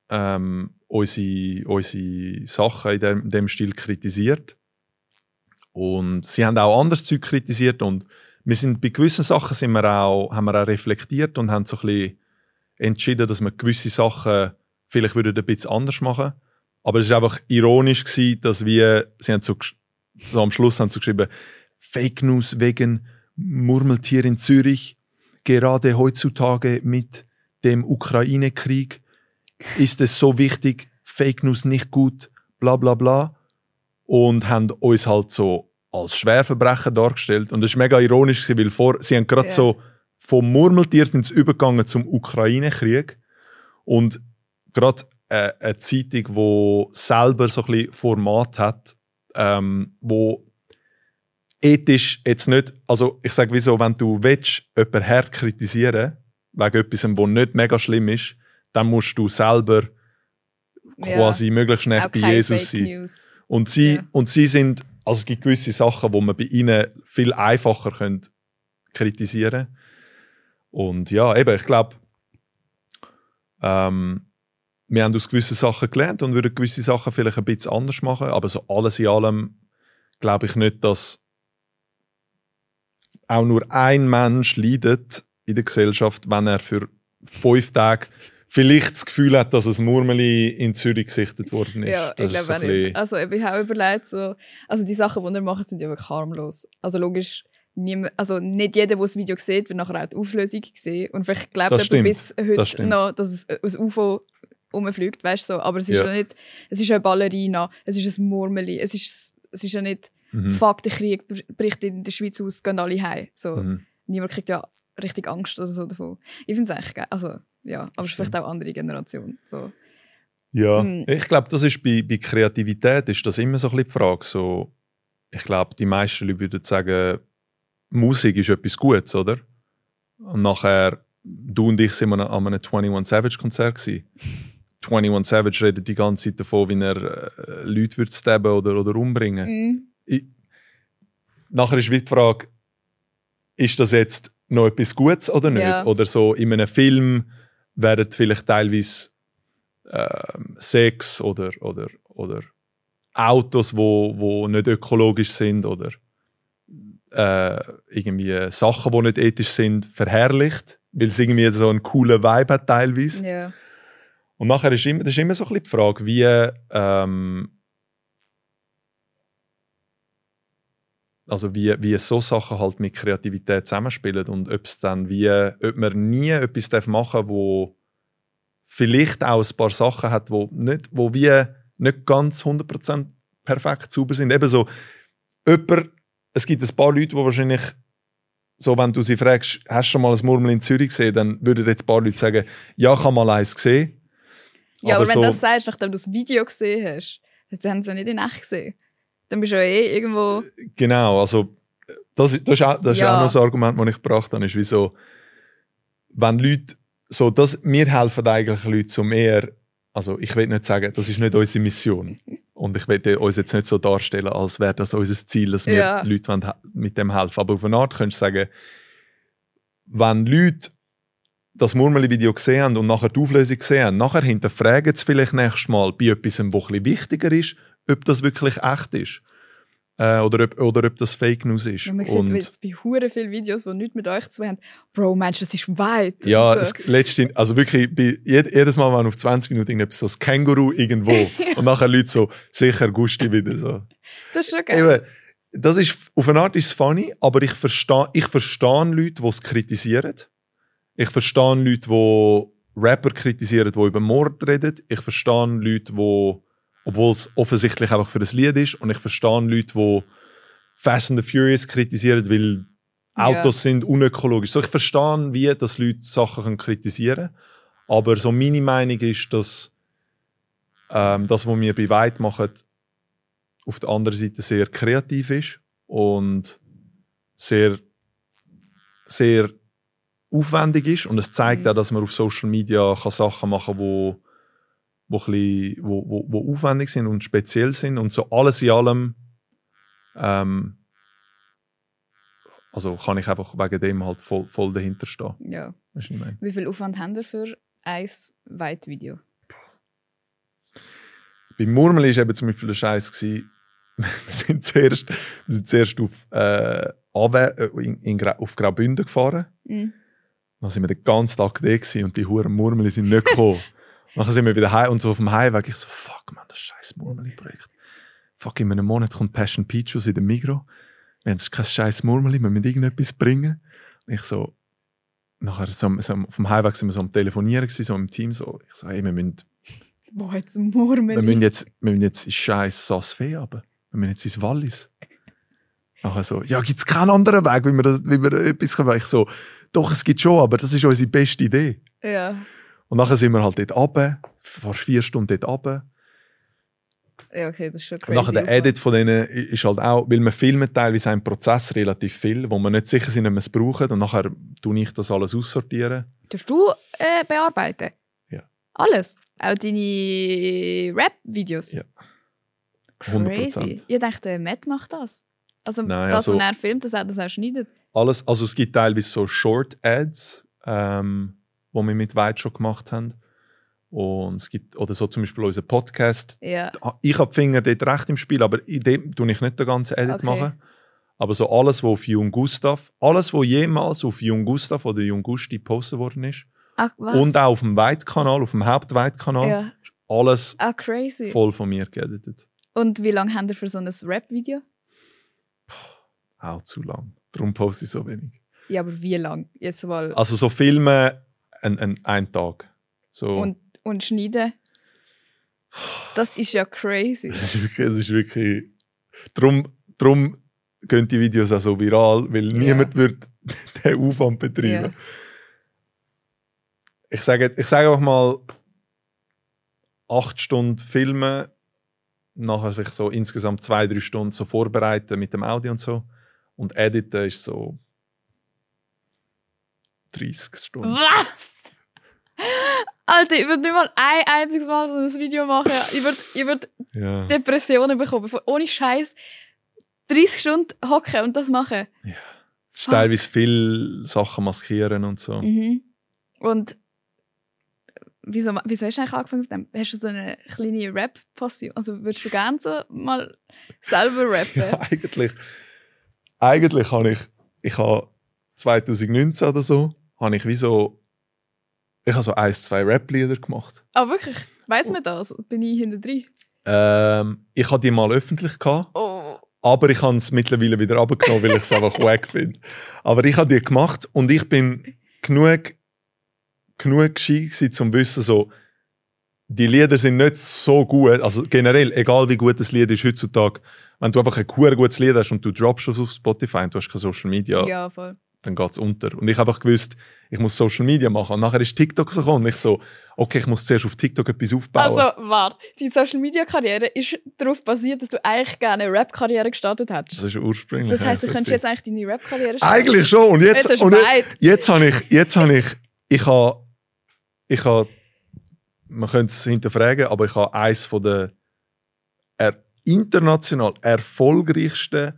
unsere Sachen in dem Stil kritisiert. Und sie haben auch anderes Zeug kritisiert und wir sind bei gewissen Sachen haben wir auch reflektiert und haben so ein bisschen entschieden, dass wir gewisse Sachen vielleicht ein bisschen anders machen. Aber es war einfach ironisch gewesen, dass sie haben so am Schluss haben sie geschrieben, Fake News wegen Murmeltier in Zürich, gerade heutzutage mit dem Ukraine-Krieg ist es so wichtig, Fake News nicht gut, bla bla bla. Und haben uns halt so als Schwerverbrecher dargestellt. Und das war mega ironisch, weil sie haben gerade so vom Murmeltier sind sie übergegangen zum Ukraine-Krieg. Und gerade eine Zeitung, die selber so ein bisschen Format hat, wo ethisch jetzt nicht, also ich sage wieso, wenn du jemanden hart kritisieren wegen etwas, was nicht mega schlimm ist, dann musst du selber quasi möglichst schnell bei Jesus sein. News. Und sie sind, also es gibt gewisse Sachen, wo man bei ihnen viel einfacher kritisieren können. Und ja, eben, ich glaube, wir haben aus gewissen Sachen gelernt und würden gewisse Sachen vielleicht ein bisschen anders machen, aber so alles in allem glaube ich nicht, dass auch nur ein Mensch leidet in der Gesellschaft, wenn er für 5 Tage vielleicht das Gefühl hat, dass ein Murmeli in Zürich gesichtet worden ist. Ja, ich glaube auch nicht. Also ich habe überlegt, also die Sachen, die wir machen, sind ja wirklich harmlos. Also logisch, nicht jeder, der das Video sieht, wird nachher auch die Auflösung sehen. Und vielleicht glaubt er bis heute noch, dass es ein UFO rumfliegt, weißt du so. Aber es ist ja nicht, es ist eine Ballerina, es ist ein Murmeli, es ist ja nicht, fuck, der Krieg bricht in der Schweiz aus, gehen alle heim. So. Niemand kriegt ja richtig Angst oder so davon. Ich finde es eigentlich geil. Also, ja, aber es ist vielleicht auch eine andere Generation. So. Ja, ich glaube, das ist bei Kreativität ist das immer so ein bisschen die Frage. So, ich glaube, die meisten Leute würden sagen, Musik ist etwas Gutes, oder? Und nachher, du und ich sind an einem 21 Savage Konzert gewesen. 21 Savage redet die ganze Zeit davon, wie er Leute würde stabben oder umbringen. Nachher ist die Frage, ist das jetzt noch etwas Gutes oder nicht? Ja. Oder so in einem Film werden vielleicht teilweise Sex oder Autos, wo nicht ökologisch sind oder irgendwie Sachen, die nicht ethisch sind, verherrlicht, weil es irgendwie so einen coolen Vibe hat teilweise. Ja. Und nachher ist immer so ein bisschen die Frage, wie so Sachen halt mit Kreativität zusammenspielen und ob man nie etwas machen darf, wo vielleicht auch ein paar Sachen hat, wo nicht ganz 100% perfekt sauber sind. Ebenso, es gibt ein paar Leute, die wahrscheinlich, so wenn du sie fragst, hast du schon mal ein Murmel in Zürich gesehen, dann würden jetzt ein paar Leute sagen, ja, ich habe mal eins gesehen. Ja, aber wenn du das sagst, nachdem du das Video gesehen hast, dann haben sie ja nicht in echt gesehen. Dann bist du ja irgendwo... Genau, also das ist auch noch ein Argument, das ich gebracht habe, ist wieso, wenn Leute so, wir helfen eigentlich Leuten zu mehr, also ich will nicht sagen, das ist nicht unsere Mission. Und ich will uns jetzt nicht so darstellen, als wäre das unser Ziel, dass wir Leuten mit dem helfen. Aber auf eine Art könntest du sagen, wenn Leute das Murmeli-Video gesehen haben und nachher die Auflösung gesehen haben, nachher hinterfragen sie vielleicht nächstes Mal bei etwas, was ein bisschen wichtiger ist, ob das wirklich echt ist. Oder ob das Fake News ist. Ja, man sieht jetzt bei hure vielen Videos, die nichts mit euch zu tun haben, Bro, meinst du, das ist weit? Ja, also wirklich, jedes Mal, wenn auf 20 Minuten irgendetwas so das Känguru irgendwo und nachher Leute so, sicher Gusti wieder so. Das ist schon geil. Das ist, auf eine Art ist es funny, aber ich verstehe Leute, die es kritisieren. Ich verstehe Leute, die Rapper kritisieren, die über Mord reden. Ich verstehe Leute, die, obwohl es offensichtlich einfach für ein Lied ist, und ich verstehe Leute, die Fast and the Furious kritisieren, weil Autos sind unökologisch. So, ich verstehe, wie dass Leute Sachen kritisieren können. Aber so meine Meinung ist, dass das, was wir bei Weit machen, auf der anderen Seite sehr kreativ ist und sehr, sehr aufwendig ist. Und es zeigt auch, dass man auf Social Media Sachen machen kann, die aufwendig sind und speziell sind. Und so alles in allem also kann ich einfach wegen dem halt voll dahinter stehen. Ja. Weißt du, was ich meine? Wie viel Aufwand habt ihr für ein Weit-Video? Bei Murmeli war eben zum Beispiel der Scheiß, wir sind zuerst auf Graubünden gefahren. Mhm. Dann sind wir den ganzen Tag da und die huren Murmeli sind nicht gekommen. Dann sind wir wieder heim und so auf dem Heimweg, ich so, fuck man, das scheiß Murmeli-Projekt. Fuck, in einem Monat kommt Passion Peaches in den Migros. Wir haben kein scheiß Murmeli, wir müssen irgendetwas bringen. Und ich so, nachher so auf dem Heimweg sind wir so am Telefonieren gewesen, so im Team, so. Ich so, hey, wir müssen jetzt in scheiß Saas-Fee runter. Wir müssen jetzt ins Wallis. Nachher so, ja, gibt es keinen anderen Weg, wie wir etwas können. Ich so, doch, es gibt schon, aber das ist unsere beste Idee. Ja. Und nachher sind wir halt dort runter, fast 4 Stunden dort runter. Ja, okay, das ist schon crazy. Und nachher der Edit von denen ist halt auch, weil wir filmen teilweise einen Prozess relativ viel, wo wir nicht sicher sind, ob wir es brauchen. Und nachher tue ich das alles aussortieren. Darfst du bearbeiten? Ja. Alles? Auch deine Rap-Videos? Ja. 100%. Crazy. Ich dachte, Matt macht das. Also nein, was er filmt, dass er das auch schneidet. Alles, also es gibt teilweise so Short-Ads, die wir mit Weit schon gemacht haben. Und es gibt, oder so zum Beispiel unser Podcast. Ja. Ich habe die Finger dort recht im Spiel, aber in dem tue ich nicht den ganzen Edit machen. Aber so alles, was auf Jung Gustav, alles, was jemals auf Jung Gustav oder Jung Gusti gepostet worden ist. Ach, was? Und auch auf dem Weit-Kanal, auf dem Haupt-Weit-Kanal, ist alles crazy. voll von mir geeditet. Und wie lange habt ihr für so ein Rap-Video? Auch zu lang. Darum poste ich so wenig. Ja, aber wie lang? Jetzt mal. Also so Filme einen Tag. So. Und schneiden? Das ist ja crazy. Es ist wirklich Darum gehen die Videos auch so viral, weil niemand wird den Aufwand betreiben. Ja. Ich sage einfach mal 8 Stunden filmen, nachher vielleicht so insgesamt 2-3 Stunden so vorbereiten mit dem Audio und so. Und editen ist so 30 Stunden. Was? Alter, ich würde nicht mal ein einziges Mal so ein Video machen. Ich würde Depressionen bekommen. Ohne Scheiß 30 Stunden hocken und das machen. Ja. Es ist teilweise viele Sachen maskieren und so. Mhm. Und wieso hast du eigentlich angefangen mit dem? Hast du so eine kleine Rap-Passion? Also würdest du gerne so mal selber rappen? Ja, eigentlich habe ich habe 2019 oder so, ich habe so 1-2 Rap-Lieder gemacht. Ah, wirklich? Weiss man das? Bin ich hinter drin? Ich hatte die mal öffentlich gehabt, aber ich habe es mittlerweile wieder runtergenommen, weil ich es einfach wack finde. Aber ich habe die gemacht und ich bin genug gescheit gewesen, um zu wissen, so, die Lieder sind nicht so gut, also generell, egal wie gut das Lied ist heutzutage, wenn du einfach ein gutes Lied hast und du droppst es auf Spotify und du hast keine Social Media, ja, voll. Dann geht es unter. Und ich habe einfach gewusst, ich muss Social Media machen. Und nachher ist TikTok so gekommen und ich so, okay, ich muss zuerst auf TikTok etwas aufbauen. Also, warte, die Social Media Karriere ist darauf basiert, dass du eigentlich gerne eine Rap-Karriere gestartet hättest. Das ist ursprünglich. Das heisst, du könntest jetzt eigentlich deine Rap-Karriere starten? Eigentlich schon. Und jetzt habe ich man könnte es hinterfragen, aber ich habe eines von der international erfolgreichsten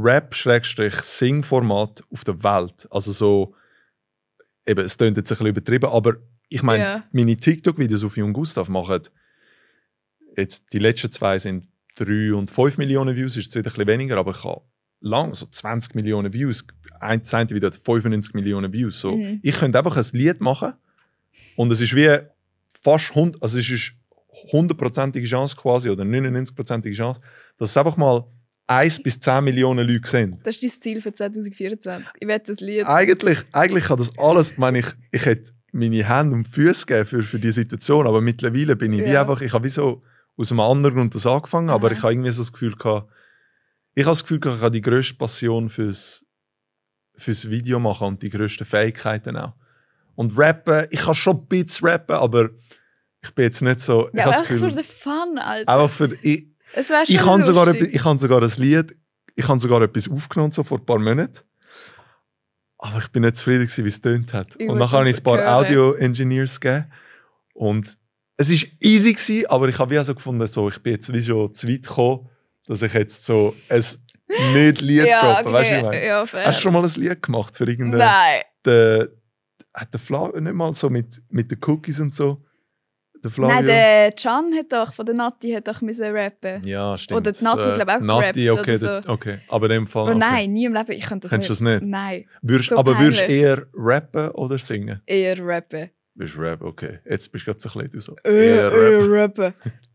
Rap-Sing-Format auf der Welt. Also so, eben, es klingt jetzt ein bisschen übertrieben, aber ich meine, meine TikTok-Videos auf Jung Gustav machen jetzt, die letzten 2 sind 3 und 5 Millionen Views, ist jetzt wieder ein bisschen weniger, aber ich habe lang so 20 Millionen Views. Ein Video hat 95 Millionen Views. So. Ich könnte einfach ein Lied machen und es ist wie fast 100, also es ist 100%ige Chance quasi oder 99%ige Chance, dass es einfach mal 1 bis 10 Millionen Leute sehen. Das ist dein Ziel für 2024. Ich werde das Lied. Eigentlich kann das alles, ich meine, ich hätte meine Hände und Füße gegeben für diese Situation, aber mittlerweile bin ich wie einfach, ich habe wie so aus einem anderen Grund das angefangen, aber ich habe irgendwie so das Gefühl gehabt, ich habe die grösste Passion fürs Video machen und die grössten Fähigkeiten auch. Und rappen, ich kann schon ein bisschen rappen, aber ich bin jetzt nicht so... Ja, einfach für den Fun, Alter. Einfach für... Ich habe sogar ein Lied, ich habe sogar etwas aufgenommen so vor ein paar Monaten. Aber ich bin nicht zufrieden, wie es tönt hat. Und dann habe ich ein paar Audio-Engineers gegeben. Und es war easy gewesen, aber ich habe wie auch so gefunden, so, ich bin jetzt wie schon zu weit gekommen, dass ich jetzt so ein Nicht-Lied droppe. Weißt du, was ich meine? Ja, hast du schon mal ein Lied gemacht für irgendeinen... Nein. Hat der Fla nicht mal so mit den Cookies und so? Nein, der Can hat doch, von der Nati hat doch müssen rappen. Ja, stimmt. Oder die Nati, glaube ich, auch Nati, gerappt okay, oder so. okay. Aber in dem Fall... Aber okay. nein, nie im Leben, ich könnte das Kennst nicht. du das nicht? Nein. Aber würdest du eher rappen oder singen? Eher rappen. Würdest rappen, okay. Jetzt bist du gerade so ein bisschen so. Eher rappen.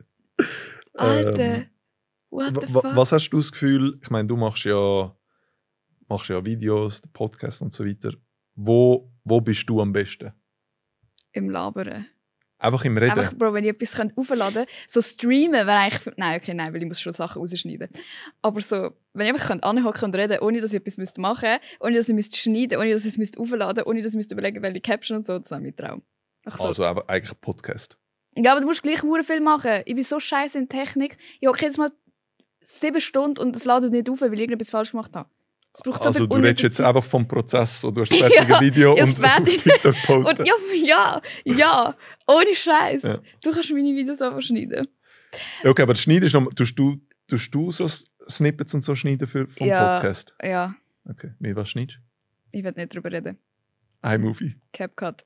Alter, what the fuck? Was hast du das Gefühl, ich meine, du machst ja Videos, Podcasts und so weiter. Wo bist du am besten? Im Labern. Einfach im Reden? Einfach, Bro, wenn ich etwas aufladen könnte, so streamen wäre eigentlich... Nein, weil ich muss schon Sachen rausschneiden. Aber so, wenn ich einfach anhocken und reden, ohne dass ich etwas machen müsste, ohne dass ich schneiden müsste, ohne dass ich es aufladen müsste, ohne dass ich überlegen welche Caption und so, das wäre mein Traum. So. Also aber eigentlich ein Podcast? Ja, aber du musst gleich sehr viel machen. Ich bin so scheiße in Technik. Ich hocke jetzt mal 7 Stunden und es ladet nicht auf, weil ich irgendetwas falsch gemacht habe. Also du redest jetzt einfach vom Prozess oder du hast das fertige Video und auf TikTok posten. Und ja, ohne Scheiß. Ja. Du kannst meine Videos einfach schneiden. Okay, aber das Schneiden ist noch... Tust du so Snippets und so schneiden vom Podcast? Ja. Okay, wie was schneidest du? Ich will nicht drüber reden. iMovie? CapCut.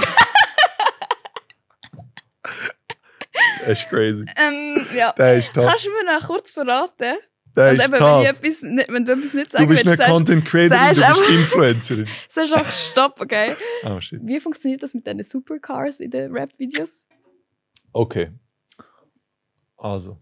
Das ist crazy. Ja. Ist kannst du mir noch kurz verraten? Das und ist eben, wenn du etwas nicht sagen willst. Du bist nicht Content Creator, du bist Influencerin. Sagst einfach Stopp, okay? Oh, shit. Wie funktioniert das mit diesen Supercars in den Rap-Videos? Okay. Also.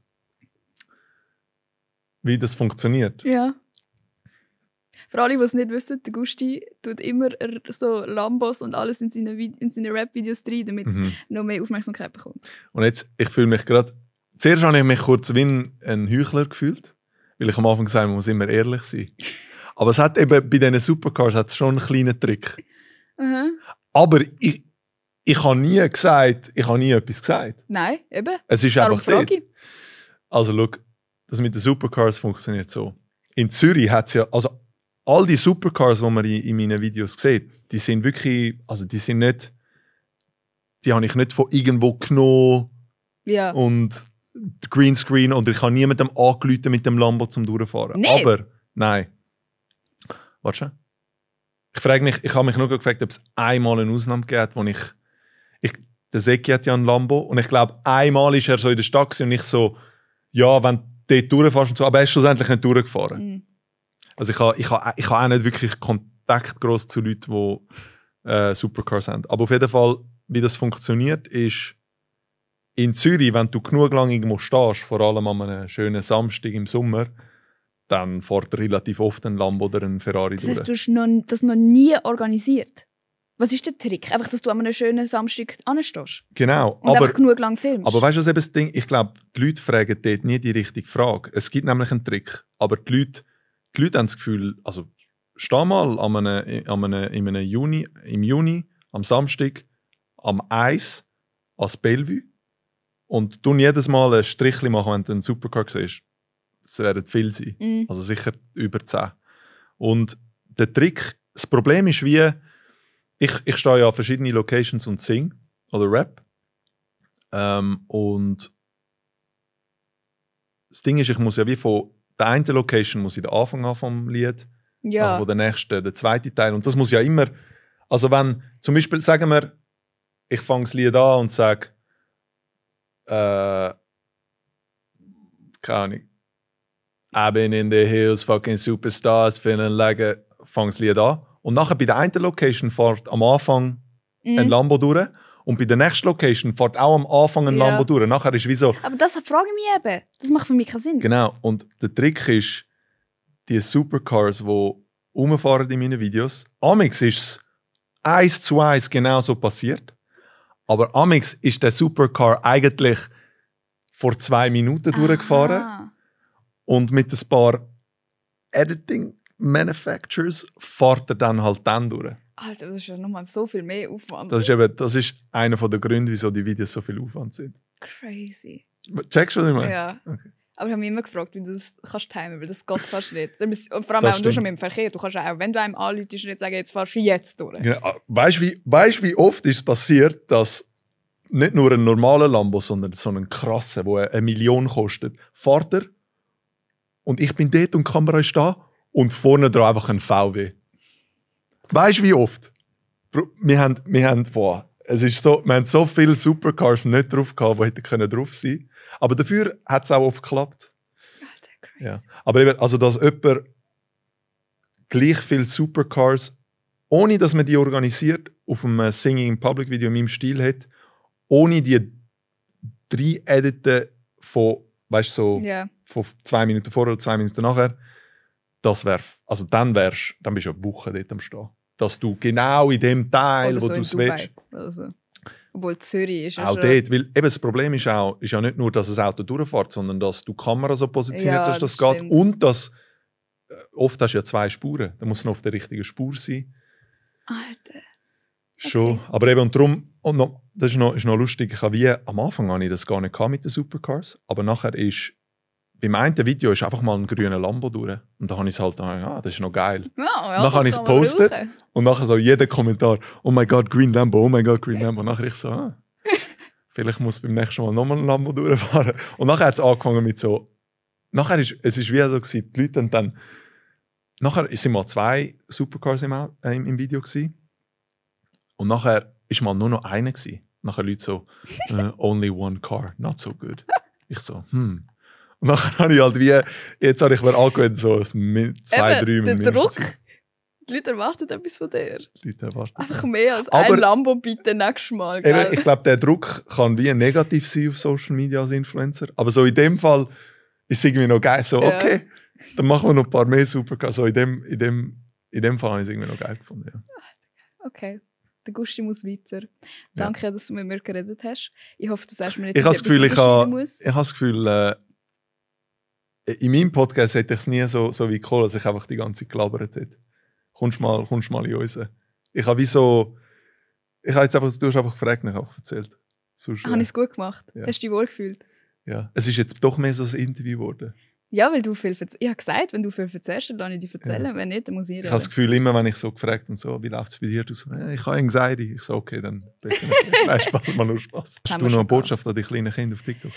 Wie das funktioniert? Ja. Für alle, die es nicht wissen, der Gusti tut immer so Lambos und alles in seine Rap-Videos rein, damit es noch mehr Aufmerksamkeit bekommt. Und jetzt, ich fühle mich gerade... Zuerst habe ich mich kurz wie ein Heuchler gefühlt, weil ich am Anfang gesagt habe, man muss immer ehrlich sein. Aber es hat eben bei diesen Supercars hat schon einen kleinen Trick. Aber ich habe nie etwas gesagt. Nein, eben. Es ist darum einfach dort. Also schau, das mit den Supercars funktioniert so. In Zürich hat es ja... Also all die Supercars, die man in meinen Videos sieht, die sind wirklich... Also die sind nicht... Die habe ich nicht von irgendwo genommen und Greenscreen oder ich habe niemandem angerufen mit dem Lambo zum Durchfahren. Nee. Aber, nein. Warte schon. Ich habe mich nur gefragt, ob es einmal eine Ausnahme gibt, wo der Seki hat ja einen Lambo und ich glaube, einmal ist er so in der Stadt und ich so, ja, wenn du dort durchfährst und so, aber er ist schlussendlich nicht durchgefahren. Also ich habe auch nicht wirklich Kontakt gross zu Leuten, die Supercars haben. Aber auf jeden Fall, wie das funktioniert, ist in Zürich, wenn du genug lang irgendwo stehst, vor allem an einem schönen Samstag im Sommer, dann fährt relativ oft ein Lambo oder ein Ferrari durch. Das heißt, du hast das noch nie organisiert? Was ist der Trick? Einfach, dass du an einem schönen Samstag anstehst? Genau. Und einfach genug lang filmst? Aber weißt du, was eben das Ding? Ich glaube, die Leute fragen dort nie die richtige Frage. Es gibt nämlich einen Trick. Aber die Leute haben das Gefühl, also steh mal im Juni, am Samstag, am Eis, ans Bellevue und tun jedes Mal ein Strichchen machen, wenn du einen Supercar siehst. Es werden viel sein. Also sicher über 10. Und der Trick, das Problem ist wie, ich stehe ja an verschiedenen Locations und singe. oder Rap. Und das Ding ist, ich muss ja wie von der einen Location muss ich den Anfang haben vom Lied, Ja. von der nächsten, der zweite Teil. Und das muss ja immer, also wenn, zum Beispiel, sagen wir, ich fange das Lied an und sage, keine Ahnung, I've been in the hills, fucking superstars, feeling like a, fange das Lied an. Und nachher bei der einen Location fährt am Anfang ein Lambo durch. Und bei der nächsten Location fährt auch am Anfang ein Lambo durch. Nachher ist wie so... Aber das frage ich mich eben. Das macht für mich keinen Sinn. Genau. Und der Trick ist, die Supercars, die rumfahren in meinen Videos, amix ist es 1:1 genau so passiert. Aber amix ist der Supercar eigentlich vor 2 Minuten durchgefahren. Und mit ein paar Editing Manufacturers fährt er dann halt dann durch. Alter, das ist ja nochmal so viel mehr Aufwand. Das ist einer der Gründe, wieso die Videos so viel Aufwand sind. Crazy. Checkst du, was ich meine? Ja. Okay. Aber ich habe mich immer gefragt, wie du das kannst timen, weil das geht fast nicht. Vor allem Das auch nur schon stimmt. mit dem Verkehr. Du kannst auch, wenn du einem anläutest, nicht sagen, jetzt fahrst du jetzt durch. Genau. Weißt du, wie oft ist es passiert, dass nicht nur ein normaler Lambo, sondern so ein krasser, der 1 Million kostet, fährt er und ich bin dort und die Kamera ist da und vorne dran einfach ein VW. Weißt du, wie oft? Wir haben so viele Supercars nicht drauf gehabt, die hätten drauf sein können. Aber dafür hat es auch oft geklappt. Alter, crazy. Ja. Aber eben, also dass jemand gleich viele Supercars, ohne dass man die organisiert, auf einem Singing in Public Video in meinem Stil hat, ohne die 3 Editen von, weißt so, Ja. von 2 Minuten vorher oder 2 Minuten nachher, das wäre, also dann bist du eine Woche dort am Stehen. Dass du genau in dem Teil, Oder wo so du in es Dubai. willst. Also, obwohl Zürich ist ja Auch schon... dort, weil eben das Problem ist ja nicht nur, dass das Auto durchfährt, sondern dass du die Kamera so positioniert, Ja, dass das das geht. stimmt. Und dass oft hast du ja 2 Spuren. Da muss noch auf der richtigen Spur sein. Alter. Schon. Okay. Aber eben, und darum, und noch, das ist noch lustig, ich habe wie, am Anfang hatte ich das gar nicht mit den Supercars, aber nachher ist, beim einen Video ist einfach mal ein grüner Lambo durch. Und da habe ich es halt, das ist noch geil. Ja, Nachher habe ich es das kann man gepostet brauchen. und nachher so jeder Kommentar, oh my God, Green Lambo, oh my God, Green Lambo. Und nachher ich so, vielleicht muss beim nächsten Mal nochmal ein Lambo durchfahren. Und nachher hat es angefangen mit so, es ist wie so gewesen, die Leute haben dann, nachher sind mal 2 Supercars im Video gewesen. Und nachher ist mal nur noch einer gewesen. Nachher Leute so, only one car, not so good. Ich so, Und nachher habe ich halt wie, jetzt habe ich mir angewöhnt, so 2, 3 Der Minuten. Druck. Die Leute erwarten etwas von dir. Die Leute erwarten. Einfach mehr als Aber- ein Lambo bitte nächstes Mal. Eben, Gell? ich glaube, der Druck kann wie negativ sein auf Social Media als Influencer. Aber so in dem Fall ist es irgendwie noch geil. So, Ja. okay, dann machen wir noch ein paar mehr Supercars. So in dem Fall habe ich es irgendwie noch geil gefunden. Ja. Okay. Der Gusti muss weiter. Danke, dass du mit mir geredet hast. Ich hoffe, du sagst mir nicht, Ich habe das Gefühl, ich rausschneiden habe muss. das Gefühl, in meinem Podcast hätte ich es nie so wie Cole, dass ich einfach die ganze Zeit gelabert hätte. Kommst mal in unseren. Ich habe jetzt einfach, du hast einfach gefragt und ich habe einfach erzählt. Sonst, Habe ich es gut gemacht? Ja. Hast du dich wohl gefühlt? ja. Es ist jetzt doch mehr so ein Interview geworden. Ja, weil du viel erzählst. Ich habe gesagt, wenn du viel erzählst, dann lasse ich dich erzählen. Ja. Wenn nicht, dann muss ich Ich habe das reden. Gefühl, immer wenn ich so gefragt und so, wie läuft es bei dir? Du so, ich habe Anxiety. Ich so, okay, dann besser nicht. Nein, Spaß, mal nur Spaß. Hast Haben du wir noch schon eine Botschaft an die kleinen Kinder auf TikTok?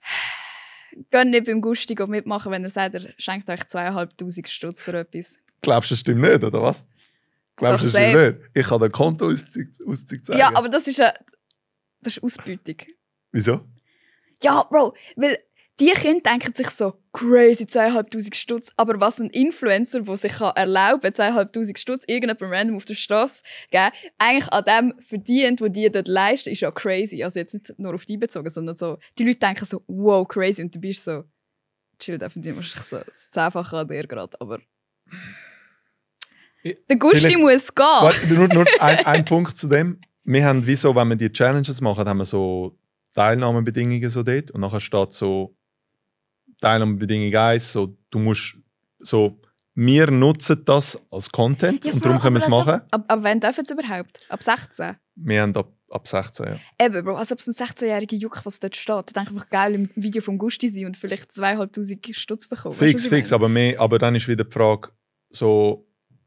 Geht nicht beim Gusti mitmachen, wenn er sagt, er schenkt euch 2'500 Stutz für etwas. Glaubst du, das stimmt nicht, oder was? Glaubst du, Doch, das stimmt safe. nicht? Ich kann den Kontoauszug zeigen. Ja, aber das ist Ausbeutung. Wieso? Ja, Bro, weil die Kinder denken sich so, crazy, 2'500 Stutz. Aber was ein Influencer, der sich erlauben kann, 2'500 Stutz irgendjemandem random auf der Straße geben, eigentlich an dem verdient, was die dort leisten, ist ja crazy. Also jetzt nicht nur auf die bezogen, sondern so, die Leute denken so, wow, crazy. Und du bist so, chill, da verdient wahrscheinlich so das 10-fache an dir gerade. Aber der Gusti Vielleicht- muss gehen. Warte, nur ein Punkt zu dem. Wir haben wie so, wenn wir die Challenges machen, haben wir so Teilnahmebedingungen so dort. Und nachher steht so Teilnahmebedingung 1, so, du musst so, wir nutzen das als Content Ja, und darum können wir es aber machen. Ab wann dürfen sie überhaupt? Ab 16? Wir haben ab 16, ja. Eben, Bro, als ob es ein 16-jähriger juckt, was dort steht. Ich denke einfach geil im Video vom Gusti sein und vielleicht 2'500 Stutz bekommen. Weißt du, was Fix, ich meine? aber dann ist wieder die Frage, so,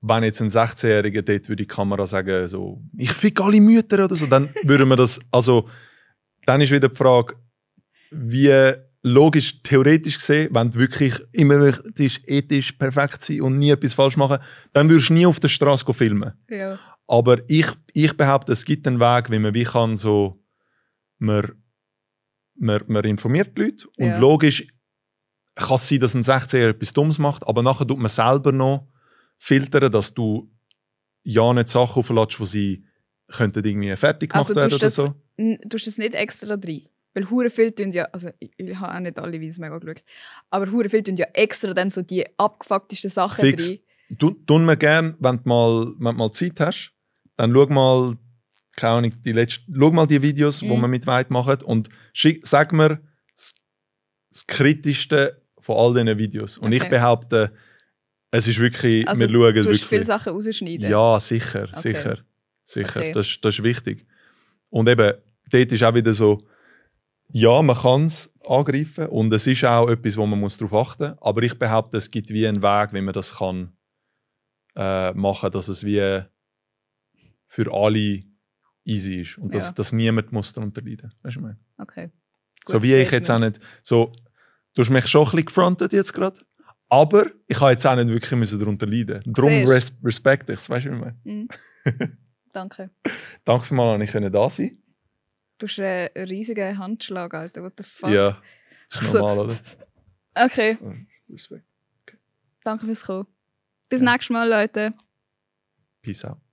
wenn jetzt ein 16-Jähriger dort würde die Kamera sagen, so, ich fick alle Mütter oder so, dann würde man das, also, dann ist wieder die Frage, wie logisch, theoretisch gesehen, wenn du wirklich immer möchtest, ethisch perfekt sein und nie etwas falsch machen, dann würdest du nie auf der Straße filmen. Ja. Aber ich behaupte, es gibt einen Weg, wie man wie kann so, man informiert die Leute und logisch kann es sein, dass ein 16-Jähriger etwas Dummes macht, aber nachher tut man selber noch filtern, dass du ja nicht Sachen auflässt, die sie könnten irgendwie fertig gemacht werden oder so. Du tust das nicht extra drin. Weil hure viel tun ja, also ich habe auch nicht alle Videos mega geschaut, aber hure viel tun ja extra dann so die abgefucktesten Sachen drin. Tun wir gerne, wenn du mal Zeit hast, dann schau mal, keine Ahnung, schau mal die Videos, die wir mit Weit machen und sag mir das Kritischste von all diesen Videos. Und ich behaupte, es ist wirklich, also, wir schauen du wirklich. viele Sachen rausschneiden? Ja, sicher. Okay. Das ist wichtig. Und eben, dort ist auch wieder so, ja, man kann es angreifen und es ist auch etwas, wo man darauf achten muss. Aber ich behaupte, es gibt wie einen Weg, wie man das kann machen, dass es wie für alle easy ist und dass niemand muss darunter leiden muss. Weißt du, was ich meine? Okay. So wie ich jetzt auch nicht. So, du hast mich schon ein bisschen gefrontet jetzt gerade, aber ich habe jetzt auch nicht wirklich darunter leiden. Darum respekte ich es. Weißt du, was ich meine? Danke. Danke für mal, dass ich da sein konnte. Du hast einen riesigen Handschlag, Alter. What the fuck? Ja, das ist normal, oder? Okay. Respekt. Okay. Danke fürs Kommen. Bis nächstes Mal, Leute. Peace out.